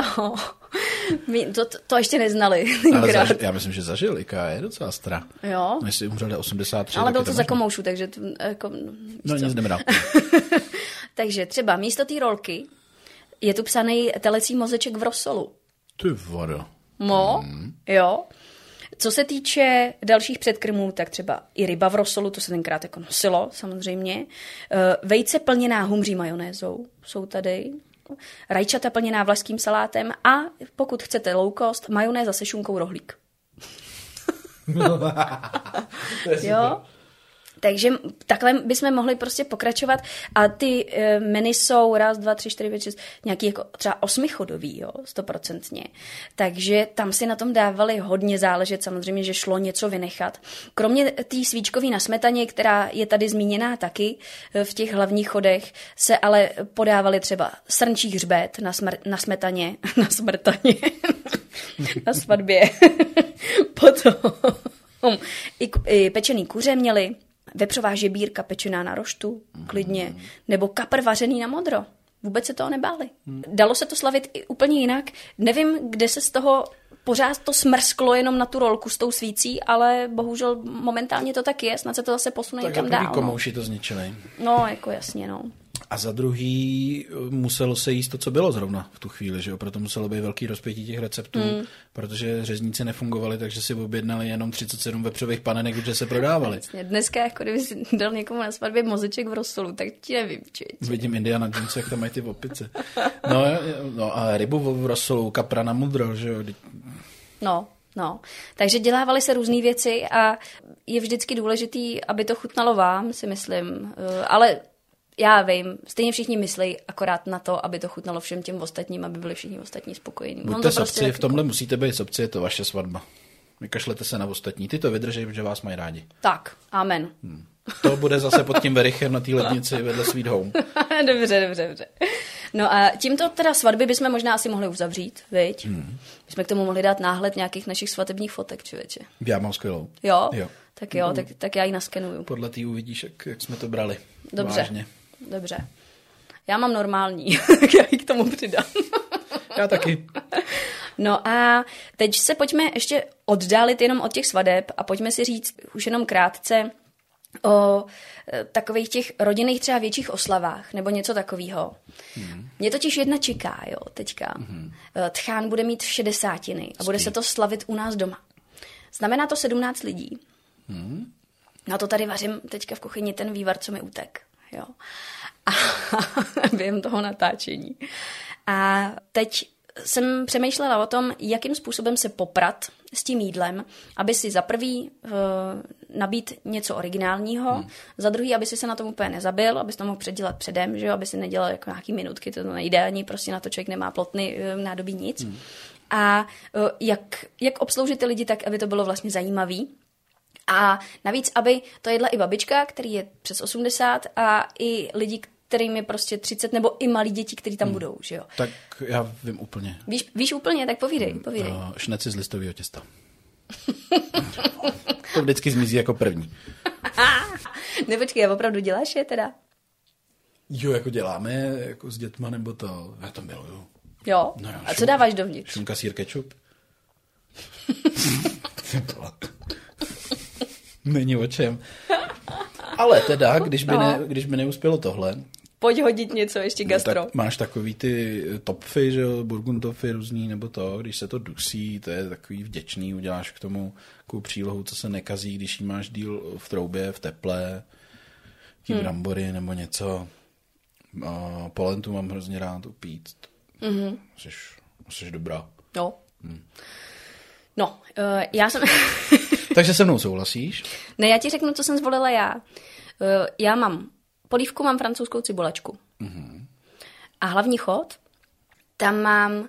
To ještě neznali. Ale já myslím, že zažil. IKEA je docela stará. Jo. My si umřeli 83. Ale byl to za komoušu, takže... Jako, no nic jdeme dál. Takže třeba místo té rolky je tu psaný telecí mozeček v rosolu. Ty vodo. No, jo. Co se týče dalších předkrmů, tak třeba i ryba v rosolu, to se tenkrát jako nosilo, samozřejmě. Vejce plněná humří majonézou jsou tady. Rajčata plněná vlašským salátem a pokud chcete low cost, majonéza se šunkou rohlík. Jo? Takže takhle bychom mohli prostě pokračovat a ty menu jsou 1, 2, 3, 4, 5, 6, nějaký jako třeba 8chodový, jo, 100%. Takže tam si na tom dávali hodně záležet, samozřejmě, že šlo něco vynechat. Kromě té svíčkový na smetaně, která je tady zmíněná taky v těch hlavních chodech, se ale podávali třeba srnčí hřbet na smetaně, na svatbě. Potom i pečený kuře měli, vepřová žebírka pečená na roštu, klidně, nebo kapr vařený na modro. Vůbec se toho nebáli. Dalo se to slavit i úplně jinak. Nevím, kde se z toho pořád to smrsklo jenom na tu rolku s tou svící, ale bohužel momentálně to tak je, snad se to zase posune někam dál. Tak komouši to zničili. No, jako jasně, no. A za druhý muselo se jíst to, co bylo zrovna v tu chvíli, že jo? Proto muselo být velký rozpětí těch receptů, protože řezníci nefungovali, takže si objednali jenom 37 vepřových panenek, protože se prodávali. Jasně. Dneska, jako kdyby si dal někomu na svatbě mozeček v rosolu, tak ti nevím, či. Vidím Indiana Jones, jak tam mají ty opice. No a rybu v rosolu, kapra na modro, že jo? No, takže dělávaly se různé věci a je vždycky důležitý, aby to chutnalo vám, si myslím, ale já vím, stejně všichni myslí akorát na to, aby to chutnalo všem těm ostatním, aby byli všichni ostatní spokojení. Buďte sobci, v tomhle musíte být sobci, je to vaše svatba. Vykašlete se na ostatní, ty to vydrží, protože vás mají rádi. Tak, amen. To bude zase pod tím verichem na té lednici vedle Sweet Home. Dobře. No a tímto teda svatby bychom možná asi mohli uzavřít, viď? My jsme k tomu mohli dát náhled nějakých našich svatebních fotek, člověče. Já mám skvělou. Jo? Tak jo, tak já ji naskenuju. Podle té uvidíš, jak jsme to brali. Dobře. Vážně. Dobře. Já mám normální, tak já ji k tomu přidám. Já taky. No a teď se pojďme ještě oddálit jenom od těch svadeb a pojďme si říct už jenom krátce o takových těch rodinných třeba větších oslavách nebo něco takového. Mě totiž jedna čeká, jo, teďka. Tchán bude mít 60 a bude se to slavit u nás doma. Znamená to 17 lidí. No to tady vařím teďka v kuchyni ten vývar, co mi utek. Jo. A během toho natáčení. A teď jsem přemýšlela o tom, jakým způsobem se poprat s tím jídlem, aby si za prvý nabít něco originálního, za druhý, aby si se na tom úplně nezabil, aby si to mohl předělat předem, že jo, aby si nedělal jako nějaký minutky, to nejde ani, prostě na to člověk nemá plotny nádobí nic. A jak obsloužit ty lidi tak, aby to bylo vlastně zajímavý. A navíc, aby to jedla i babička, který je přes 80 a i lidi, kterým je prostě 30, nebo i malí děti, kteří tam budou, že jo. Tak já vím úplně. Víš úplně, tak povídej. Šneci z listového těsta. To vždycky zmizí jako první. Nepočkej, opravdu děláš je teda? Jo, jako děláme, jako s dětma, nebo to, já to miluju. Jo? No, a co dáváš dovnitř? Šunka, sýr, kečup. Není o čem. Ale teda, když by neuspělo tohle... Pojď hodit něco ještě gastro. Tak máš takový ty topfy, že jo, burgundtopfy různý, nebo to, když se to dusí, to je takový vděčný, uděláš k tomu takovou přílohu, co se nekazí, když jí máš díl v troubě, v teple. brambory nebo něco. Polentu mám hrozně rád upít. Jsi dobrá. Jo. No, já jsem... Takže se mnou souhlasíš? Ne, já ti řeknu, co jsem zvolila já. Já mám polívku, mám francouzskou cibulačku. A hlavní chod, tam mám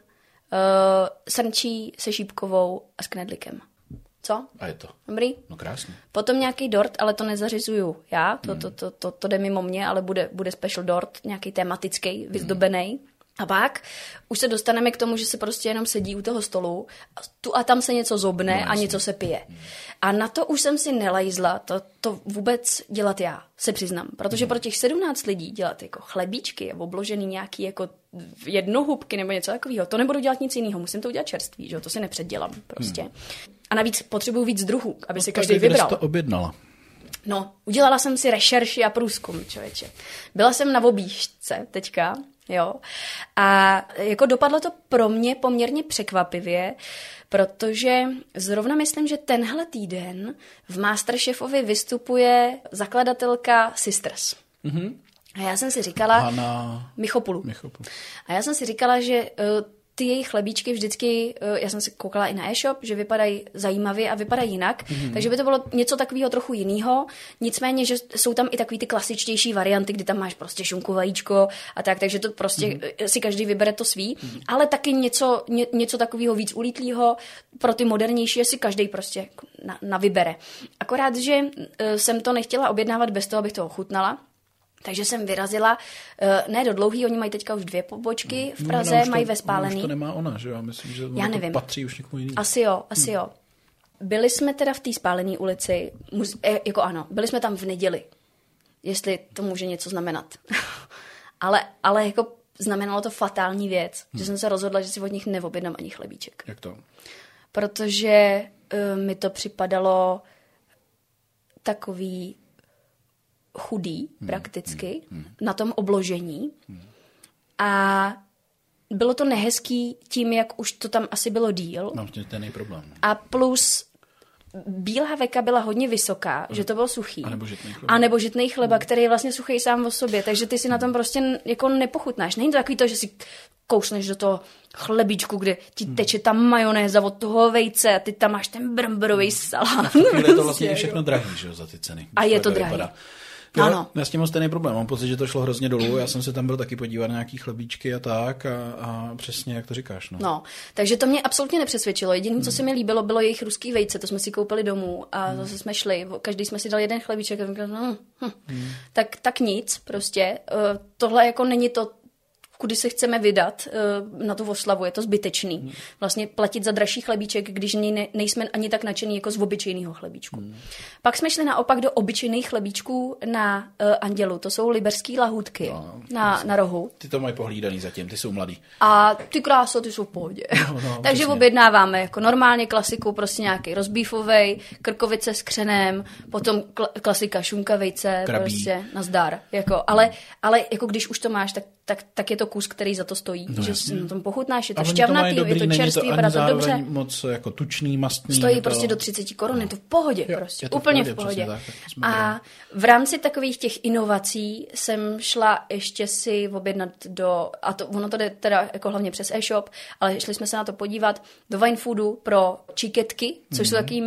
srnčí se šípkovou a s knedlíkem. Co? A je to. Dobrý? No krásně. Potom nějaký dort, ale to nezařizuju já, to jde mimo mě, ale bude special dort, nějaký tematický, vyzdobený. A pak už se dostaneme k tomu, že se prostě jenom sedí u toho stolu, tu a tam se něco zobne a něco se pije. A na to už jsem si nelajzla to vůbec dělat já, se přiznám. Protože pro těch 17 lidí dělat jako chlebíčky, obložený nějaký jako jednohubky nebo něco takového, to nebudu dělat nic jiného, musím to udělat čerstvý, že? To si nepředdělám prostě. A navíc potřebuju víc druhů, aby si každý vybral. Kde jsi to objednala? No, udělala jsem si rešerši a průzkum, člověče. Byla jsem na objížďce teďka, jo. A jako dopadlo to pro mě poměrně překvapivě, protože zrovna myslím, že tenhle týden v Masterchefovi vystupuje zakladatelka Sisters. A já jsem si říkala... Hana... Michopulu. A já jsem si říkala, že... ty jejich chlebíčky vždycky, já jsem si koukala i na e-shop, že vypadají zajímavě a vypadají jinak, takže by to bylo něco takového trochu jiného, nicméně, že jsou tam i takový ty klasičtější varianty, kdy tam máš prostě šunku, vajíčko a tak, takže to prostě si každý vybere to svý, ale taky něco takového víc ulítlýho, pro ty modernější si každý prostě navybere. Akorát, že jsem to nechtěla objednávat bez toho, abych to ochutnala. Takže jsem vyrazila, ne do dlouhý, oni mají teďka už 2 pobočky v Praze, mají ve Spálený. Už to nemá ona, že jo? Myslím, že já nevím. To patří už někomu jiný. Asi jo. Byli jsme teda v té Spálený ulici, jako ano, byli jsme tam v neděli, jestli to může něco znamenat. ale jako znamenalo to fatální věc, že jsem se rozhodla, že si od nich neobjednám ani chlebíček. Jak to? Protože mi to připadalo takový chudý prakticky na tom obložení a bylo to nehezký tím, jak už to tam asi bylo díl. Mám ten problém. A plus bílá veka byla hodně vysoká, že to bylo suchý. A nebo žitnej chleba, který je vlastně suchý sám o sobě, takže ty si na tom prostě jako nepochutnáš. Není to takový to, že si kousneš do toho chlebíčku, kde ti teče ta majonéza od toho vejce a ty tam máš ten bramborový salát. Je to vlastně všechno drahý, že jo, za ty ceny. A je to drahý. Jo, ano. Já s tím mám stejný problém. Mám pocit, že to šlo hrozně dolů. Já jsem se tam byl taky podívat na nějaký chlebíčky a tak a přesně jak to říkáš. No, takže to mě absolutně nepřesvědčilo. Jediné, co se mi líbilo, bylo jejich ruský vejce. To jsme si koupili domů a zase jsme šli. Každý jsme si dal jeden chlebíček a říkali, tak nic prostě. Tohle jako není to, kudy se chceme vydat na tu oslavu, je to zbytečný. Vlastně platit za dražší chlebíček, když nejsme ani tak nadšený jako z obyčejného chlebíčku. Pak jsme šli naopak do obyčejných chlebíčků na Andělu. To jsou liberský lahůdky na rohu. Ty to mají pohlídaný zatím, ty jsou mladý. A ty kráso, ty jsou v pohodě. Takže přesně. Objednáváme jako normálně klasiku, prostě nějaký rozbífovej, krkovice s křenem, potom klasika šunka, vejce, krabí. Prostě nazdar. Jako, ale jako když už to máš, tak je to kus, který za to stojí. No, že si na tom pochutnáš, je to šťavnatý, je to čerstvý, vypadá to dobře. Moc jako tučný, mastný. Stojí prostě do 30 korun, je to v pohodě prostě, úplně v pohodě. A v rámci takových těch inovací jsem šla ještě si objednat ono to jde teda jako hlavně přes e-shop, ale šli jsme se na to podívat do Wine Foodu pro čiketky, což jsou takový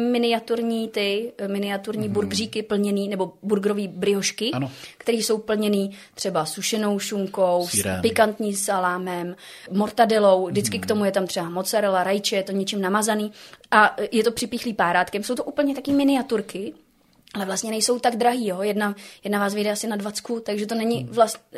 miniaturní burgeríky plněný, nebo burgerový briošky, které jsou plněný třeba sušenou šunkou, s pikantní salámem, mortadelou, vždycky k tomu je tam třeba mozzarella, rajče, je to něčím namazaný a je to připíchlý párátkem. Jsou to úplně taky miniaturky, ale vlastně nejsou tak drahý, jo. Jedna vás vyjde asi na 20, takže to není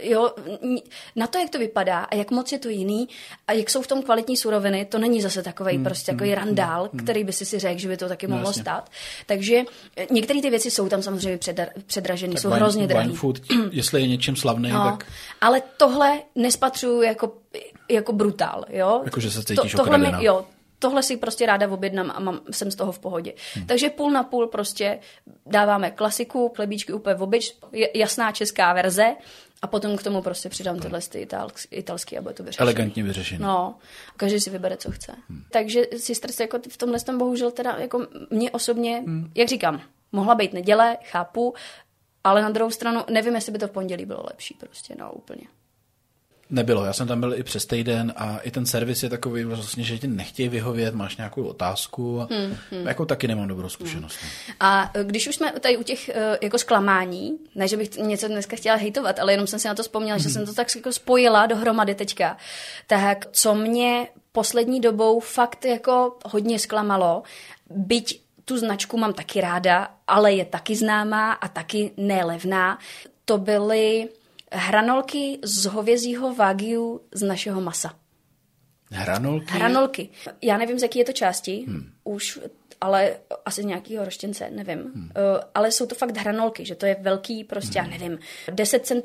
na to, jak to vypadá a jak moc je to jiný a jak jsou v tom kvalitní suroviny, to není zase takovej prostě takový randál, který by si řekl, že by to taky mohlo stát. Takže některé ty věci jsou tam samozřejmě předražené, jsou hrozně drahý. Food, jestli je něčím slavný, tak... Ale tohle nespatřuju jako brutál, jo. Jakože se cítíš okradená. Tohle si prostě ráda objednám a jsem z toho v pohodě. Takže půl na půl prostě dáváme klasiku, chlebíčky úplně v jasná česká verze a potom k tomu prostě přidám tyhle italský a bude to vyřešené. Elegantně vyřešené. No, každý si vybere, co chce. Takže Sisters jako v tomhle bohužel teda jako mě osobně, jak říkám, mohla být neděle, chápu, Ale na druhou stranu, nevím, jestli by to v pondělí bylo lepší prostě, no úplně. Nebylo, já jsem tam byl i přes týden a i ten servis je takový vlastně, že ti nechtějí vyhovět, máš nějakou otázku a jako taky nemám dobrou zkušenost. A když už jsme tady u těch jako zklamání, ne, že bych něco dneska chtěla hejtovat, ale jenom jsem si na to vzpomněla, že jsem to tak jako spojila dohromady teďka, tak co mě poslední dobou fakt jako hodně zklamalo, byť tu značku mám taky ráda, ale je taky známá a taky nelevná, to byly hranolky z hovězího wagyu z našeho masa. Hranolky? Hranolky. Já nevím, z jaký je to části, už, ale asi z nějakého roštěnce, nevím. Ale jsou to fakt hranolky, že to je velký, prostě, já nevím, 10 cm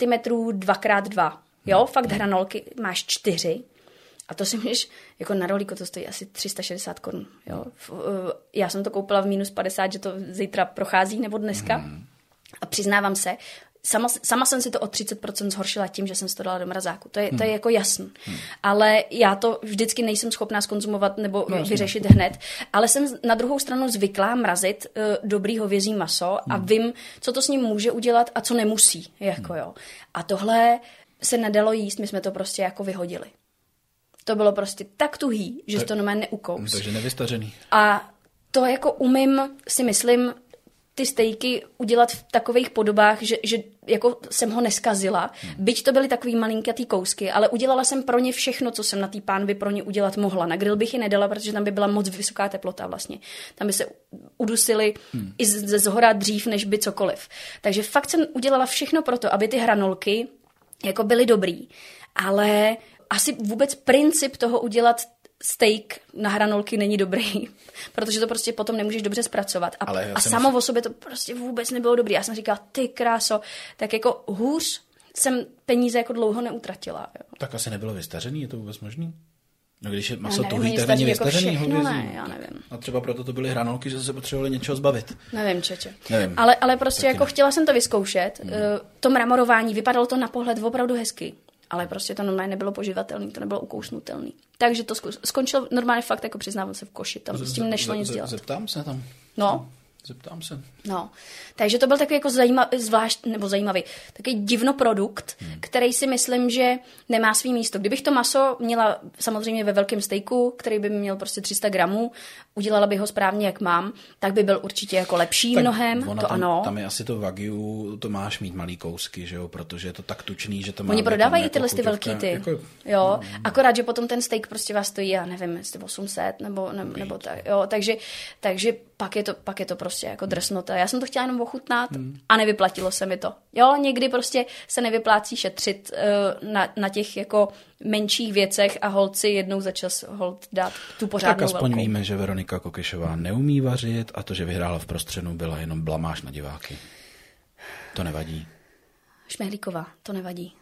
2x2. Jo, fakt hranolky, máš 4. A to si můžeš, jako na rolíko to stojí asi 360 korun. Jo. Já jsem to koupila v -50, že to zítra prochází, nebo dneska. A přiznávám se, sama jsem si to o 30% zhoršila tím, že jsem si to dala do mrazáku. To je jako jasný. Ale já to vždycky nejsem schopná zkonzumovat nebo vyřešit hned. Ale jsem na druhou stranu zvyklá mrazit dobrý hovězí maso a vím, co to s ním může udělat a co nemusí. Jako jo. A tohle se nedalo jíst, my jsme to prostě jako vyhodili. To bylo prostě tak tuhý, že to normálně neukous. Takže nevystařený. A to jako umím, si myslím, ty stejky udělat v takových podobách, že jako jsem ho neskazila. Byť to byly takový malinkatý kousky, ale udělala jsem pro ně všechno, co jsem na té pánvi pro ně udělat mohla. Na grill bych ji nedala, protože tam by byla moc vysoká teplota vlastně. Tam by se udusily i ze zhora dřív, než by cokoliv. Takže fakt jsem udělala všechno pro to, aby ty hranolky jako byly dobrý. Ale asi vůbec princip toho udělat steak na hranolky není dobrý, protože to prostě potom nemůžeš dobře zpracovat. A samo o sobě to prostě vůbec nebylo dobrý. Já jsem říkala, ty kráso, tak jako hůř jsem peníze jako dlouho neutratila. Jo. Tak asi nebylo vystařený, je to vůbec možný? No když je maso tuhý, tak není vystařený jako hovězí. Ne, já nevím. A třeba proto to byly hranolky, že se potřebovali něčeho zbavit. Nevím, čeče. Nevím. Ale prostě taky jako chtěla jsem to vyzkoušet. To mramorování, vypadalo to na pohled opravdu hezky. Ale prostě to normálně nebylo poživatelné, to nebylo ukousnutelné. Takže to skončilo normálně fakt, jako přiznávám se v koši, tam s tím nešlo nic dělat. Zeptám se tam. No. Zeptám se. No, takže to byl takový jako zajímavý, takový divnoprodukt, který si myslím, že nemá svý místo. Kdybych to maso měla samozřejmě ve velkém stejku, který by měl prostě 300 gramů, udělala bych ho správně, jak mám, tak by byl určitě jako lepší tak mnohem, to ano. Tam je asi to wagyu, to máš mít malý kousky, že jo, protože je to tak tučný, že to má... Oni prodávají tyhle ty velký ty, jako, jo, akorát, že potom ten steak prostě vás stojí, já nevím, jestli 800 nebo tak, jo, takže pak je to prostě jako drsnota. Já jsem to chtěla jenom ochutnat a nevyplatilo se mi to. Jo, někdy prostě se nevyplácí šetřit na těch jako menších věcech a holt si jednou za čas dát tu pořádnou velkou. Tak aspoň víme, že Veronika Kokešová neumí vařit a to, že vyhrála v Prostřenu, byla jenom blamáž na diváky. To nevadí. Šmehlíková, to nevadí.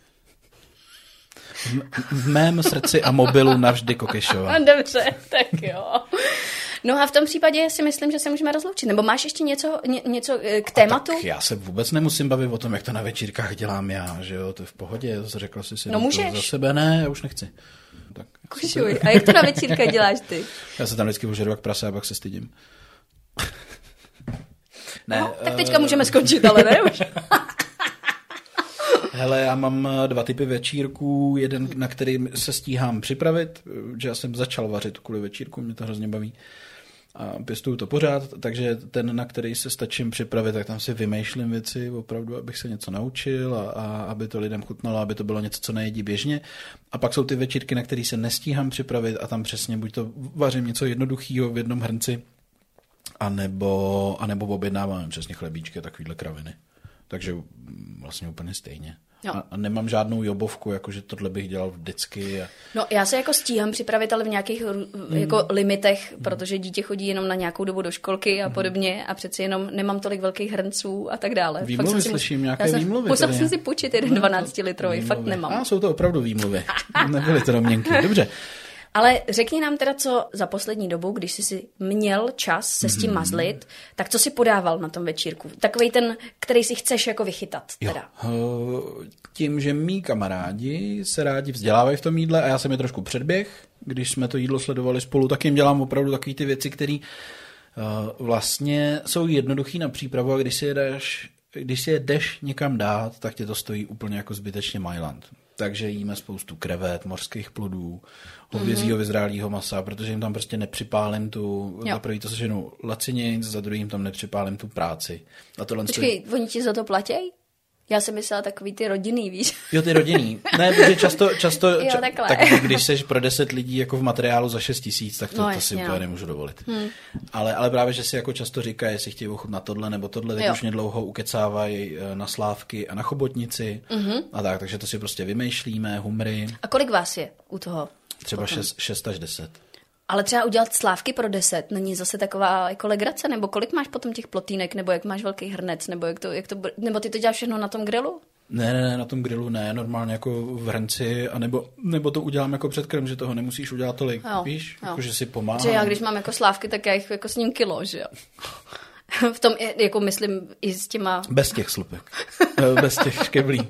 V mém srdci a mobilu navždy Kokešová. Dobře, tak jo. No a v tom případě si myslím, že se můžeme rozloučit. Nebo máš ještě něco k tématu? Tak já se vůbec nemusím bavit o tom, jak to na večírkách dělám já, že jo, to je v pohodě. Řekla jsi si, no můžeš. Za sebe ne, já už nechci. Tak, Kušuj, a jak to na večírkách děláš ty? Já se tam vždycky ožeru jak prase a pak se stydím. Ne, no, tak teďka můžeme skončit, ale ne už. Hele, já mám 2 typy večírků, jeden, na který se stíhám připravit, že já jsem začal vařit kvůli večírku, mě to hrozně baví a pěstuju to pořád, takže ten, na který se stačím připravit, tak tam si vymýšlím věci, opravdu, abych se něco naučil a aby to lidem chutnalo, aby to bylo něco, co nejedí běžně. A pak jsou ty večírky, na který se nestíhám připravit a tam přesně buď to vařím něco jednoduchého v jednom hrnci, anebo objednávám přesně chlebíčky a takovýhle kraviny. Takže vlastně úplně stejně. No. A nemám žádnou jobovku, jakože tohle bych dělal vždycky. No já se jako stíhám připravit, ale v nějakých jako limitech, protože dítě chodí jenom na nějakou dobu do školky a podobně a přeci jenom nemám tolik velkých hrnců a tak dále. Výmluvy slyším, nějaké výmluvy. Musel jsem si půjčit jeden 12-litrový, fakt nemám. A jsou to opravdu výmluvy. Nebyly to domněnky. Dobře. Ale řekni nám teda, co za poslední dobu, když jsi si měl čas se s tím mazlit, tak co si podával na tom večírku? Takovej ten, který si chceš jako vychytat teda. Jo. Tím, že mý kamarádi se rádi vzdělávají v tom jídle a já jsem je trošku předběh, když jsme to jídlo sledovali spolu, tak jim dělám opravdu takové ty věci, které vlastně jsou jednoduché na přípravu a když si je dáš když si je jdeš někam dát, tak tě to stojí úplně jako zbytečně Mailand. Takže jíme spoustu krevet, mořských plodů, hovězího vyzrálého masa, protože jim tam prostě nepřipálím za prvý to seženu lacinějc, za druhý jim tam nepřipálím tu práci. A Počkej, oni ti za to platěj? Já jsem myslela takový ty rodinný, víš? Jo, ty rodinný. Ne, protože často jo, tak když seš pro 10 lidí jako v materiálu za 6 000, tak to si úplně nemůžu dovolit. Ale právě, že si jako často říkají, jestli chtějí ochutnat tohle nebo tohle, teď už mě dlouho ukecávají na slávky a na chobotnici a tak, takže to si prostě vymýšlíme, humry. A kolik vás je u toho? Třeba 6 až 10. Ale třeba udělat slávky pro 10 není zase taková jako legrace, nebo kolik máš potom těch plotýnek, nebo jak máš velký hrnec, nebo nebo ty to děláš všechno na tom grilu? Ne, na tom grilu ne, normálně jako v hrnci, nebo to udělám jako předkrm, že toho nemusíš udělat tolik, víš? Jako, že si pomáhám. Že já, když mám jako slávky, tak já jich jako s ním kilo, že jo? V tom, jako myslím, i s těma... Bez těch slupek, bez těch škeblí.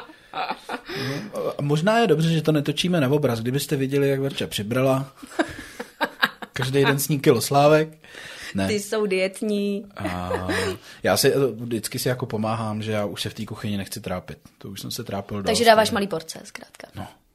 A možná je dobře, že to netočíme na obraz, kdybyste viděli, jak Verča přibrala. Každý den sní kilo slávek. Ne. Ty jsou dietní. A já vždycky si jako pomáhám, že já už se v té kuchyni nechci trápit. To už jsem se trápil dost. Takže dáváš malý porce, zkrátka.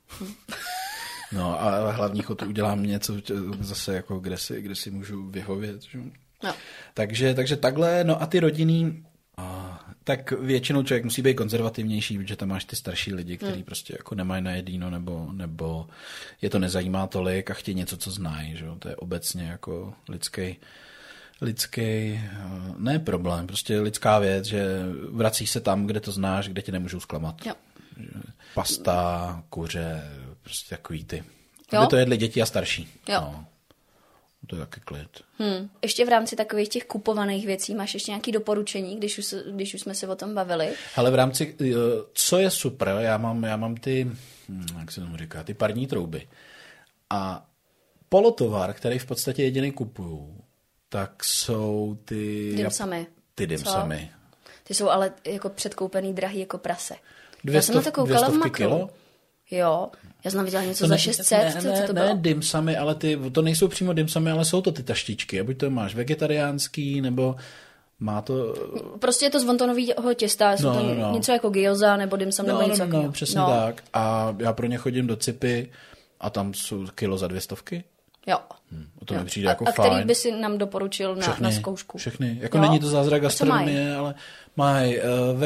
No a hlavní chod udělám něco zase jako kde si můžu vyhovět. Že? No. Takže takhle, no a ty rodinný, tak většinou člověk musí být konzervativnější, protože tam máš ty starší lidi, kteří prostě jako nemají na jedíno, nebo je to nezajímá tolik a chtějí něco, co znají. Že? To je obecně jako lidský, ne problém, prostě lidská věc, že vracíš se tam, kde to znáš, kde tě nemůžou zklamat. Jo. Pasta, kuře, prostě takový ty. Aby to jedli děti a starší. Jo. No. To je taky klid. Ještě v rámci takových těch kupovaných věcí máš ještě nějaké doporučení, když už jsme se o tom bavili? Ale v rámci, co je super, já mám ty, jak se tomu říká, ty parní trouby. A polotovar, který v podstatě jediný kupuju, tak jsou ty... Dimsamy. Ty dimsamy. Ty jsou ale jako předkoupený drahý jako prase. 200, já jsem na to koukala v Makru. Kilo? Jo, já jsem viděla něco za 600, co to bylo? Ne, dimsamy, ale to nejsou přímo dimsamy, ale jsou to ty taštičky. Buď to máš vegetariánský, nebo má to... Prostě je to z wontonového těsta, jsou to něco jako gyoza, nebo dimsum, nebo něco takového. No, přesně tak. A já pro ně chodím do Cipy a tam jsou kilo za 200. Jo. To mi přijde jako fajn. A který by si nám doporučil na zkoušku? Všechny. Jako není to zázrak gastronomie, ale mají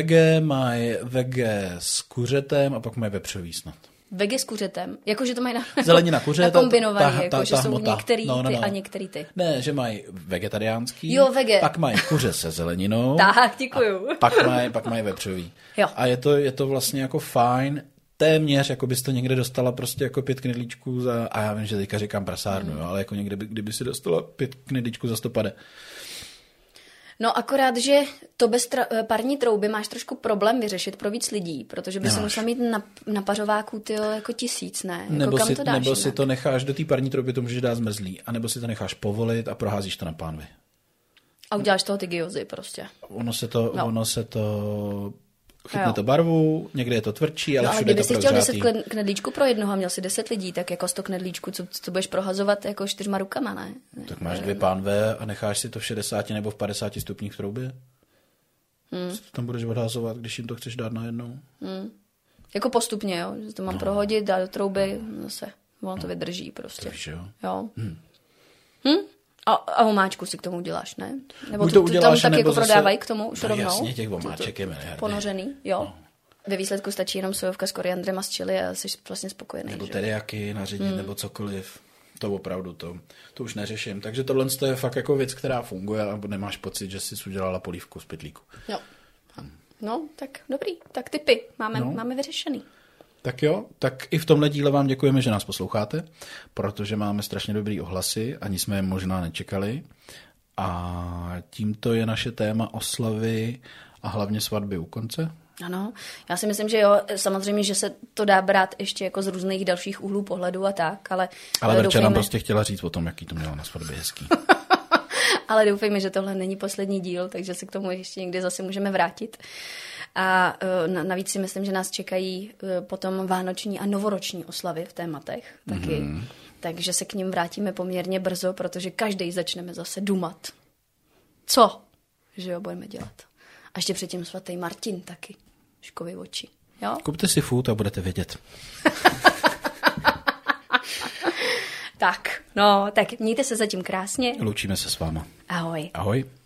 vege s kuřetem a pak mají vepřový snad. Vege s kuřetem? Jakože to mají zelenina kuře, na kombinovaný, jakože jsou některý ty a některý ty. Ne, že mají vegetariánský, pak mají kuře se zeleninou. Tak, děkuju. Pak mají vepřový. Jo. A je to vlastně jako fajn, téměř, jako bys to někde dostala prostě jako 5 knedlíčků za, a já vím, že teďka říkám prasárnu, jo, ale jako někde, kdyby si dostala 5 knedlíčků za 150. No akorát, že to bez parní trouby máš trošku problém vyřešit pro víc lidí, protože by se musel mít na pařováku jako 1000, ne? Nebo, jako kam to dáš, nebo si to necháš do té parní trouby, to můžeš dát zmrzlý, anebo si to necháš povolit a proházíš to na pánvi. A uděláš toho ty gyozy prostě. Ono se to chytne to barvu, někde je to tvrdší, ale všude to prozřátý. Ale kdyby si chtěl 10 knedlíčků pro jednoho a měl si 10 lidí, tak jako 100 knedlíčků, co budeš prohazovat jako 4 rukama, ne? Tak máš 2 pánve a necháš si to v 60 nebo v 50 stupních v troubě? Co tam budeš odhazovat, když jim to chceš dát najednou? Jako postupně, jo? Že to mám prohodit, dát do trouby, zase ono to vydrží prostě. To víš, jo? Jo. A omáčku si k tomu uděláš, ne? Nebo to uděláš, tam tak jako zase... prodávají k tomu už rovnou? Jasně, těch omáček je miliardy. Ponořený, jo. No. Ve výsledku stačí jenom sojovka s koriandrem a s chili a jsi vlastně spokojený. Nebo teriyaky naředit, nebo cokoliv. To opravdu, to už neřeším. Takže tohle je fakt jako věc, která funguje a nemáš pocit, že jsi udělala polívku z pytlíku. Jo. No, tak dobrý. Tak tipy máme vyřešený. Tak jo, tak i v tomhle díle vám děkujeme, že nás posloucháte, protože máme strašně dobrý ohlasy, ani jsme je možná nečekali. A tímto je naše téma oslavy a hlavně svatby u konce. Ano, já si myslím, že jo, samozřejmě, že se to dá brát ještě jako z různých dalších úhlů pohledu a tak, ale Verča nám prostě chtěla říct o tom, jaký to mělo na svatbě hezký. Ale doufejme, že tohle není poslední díl, takže se k tomu ještě někdy zase můžeme vrátit. A navíc si myslím, že nás čekají potom vánoční a novoroční oslavy v tématech taky. Takže se k nim vrátíme poměrně brzo, protože každý začneme zase dumat. Co? Že jo, budeme dělat. A ještě předtím svatý Martin taky. Škovy oči. Jo? Kupte si fůd a budete vědět. Tak, no, tak mějte se zatím krásně. Loučíme se s váma. Ahoj. Ahoj.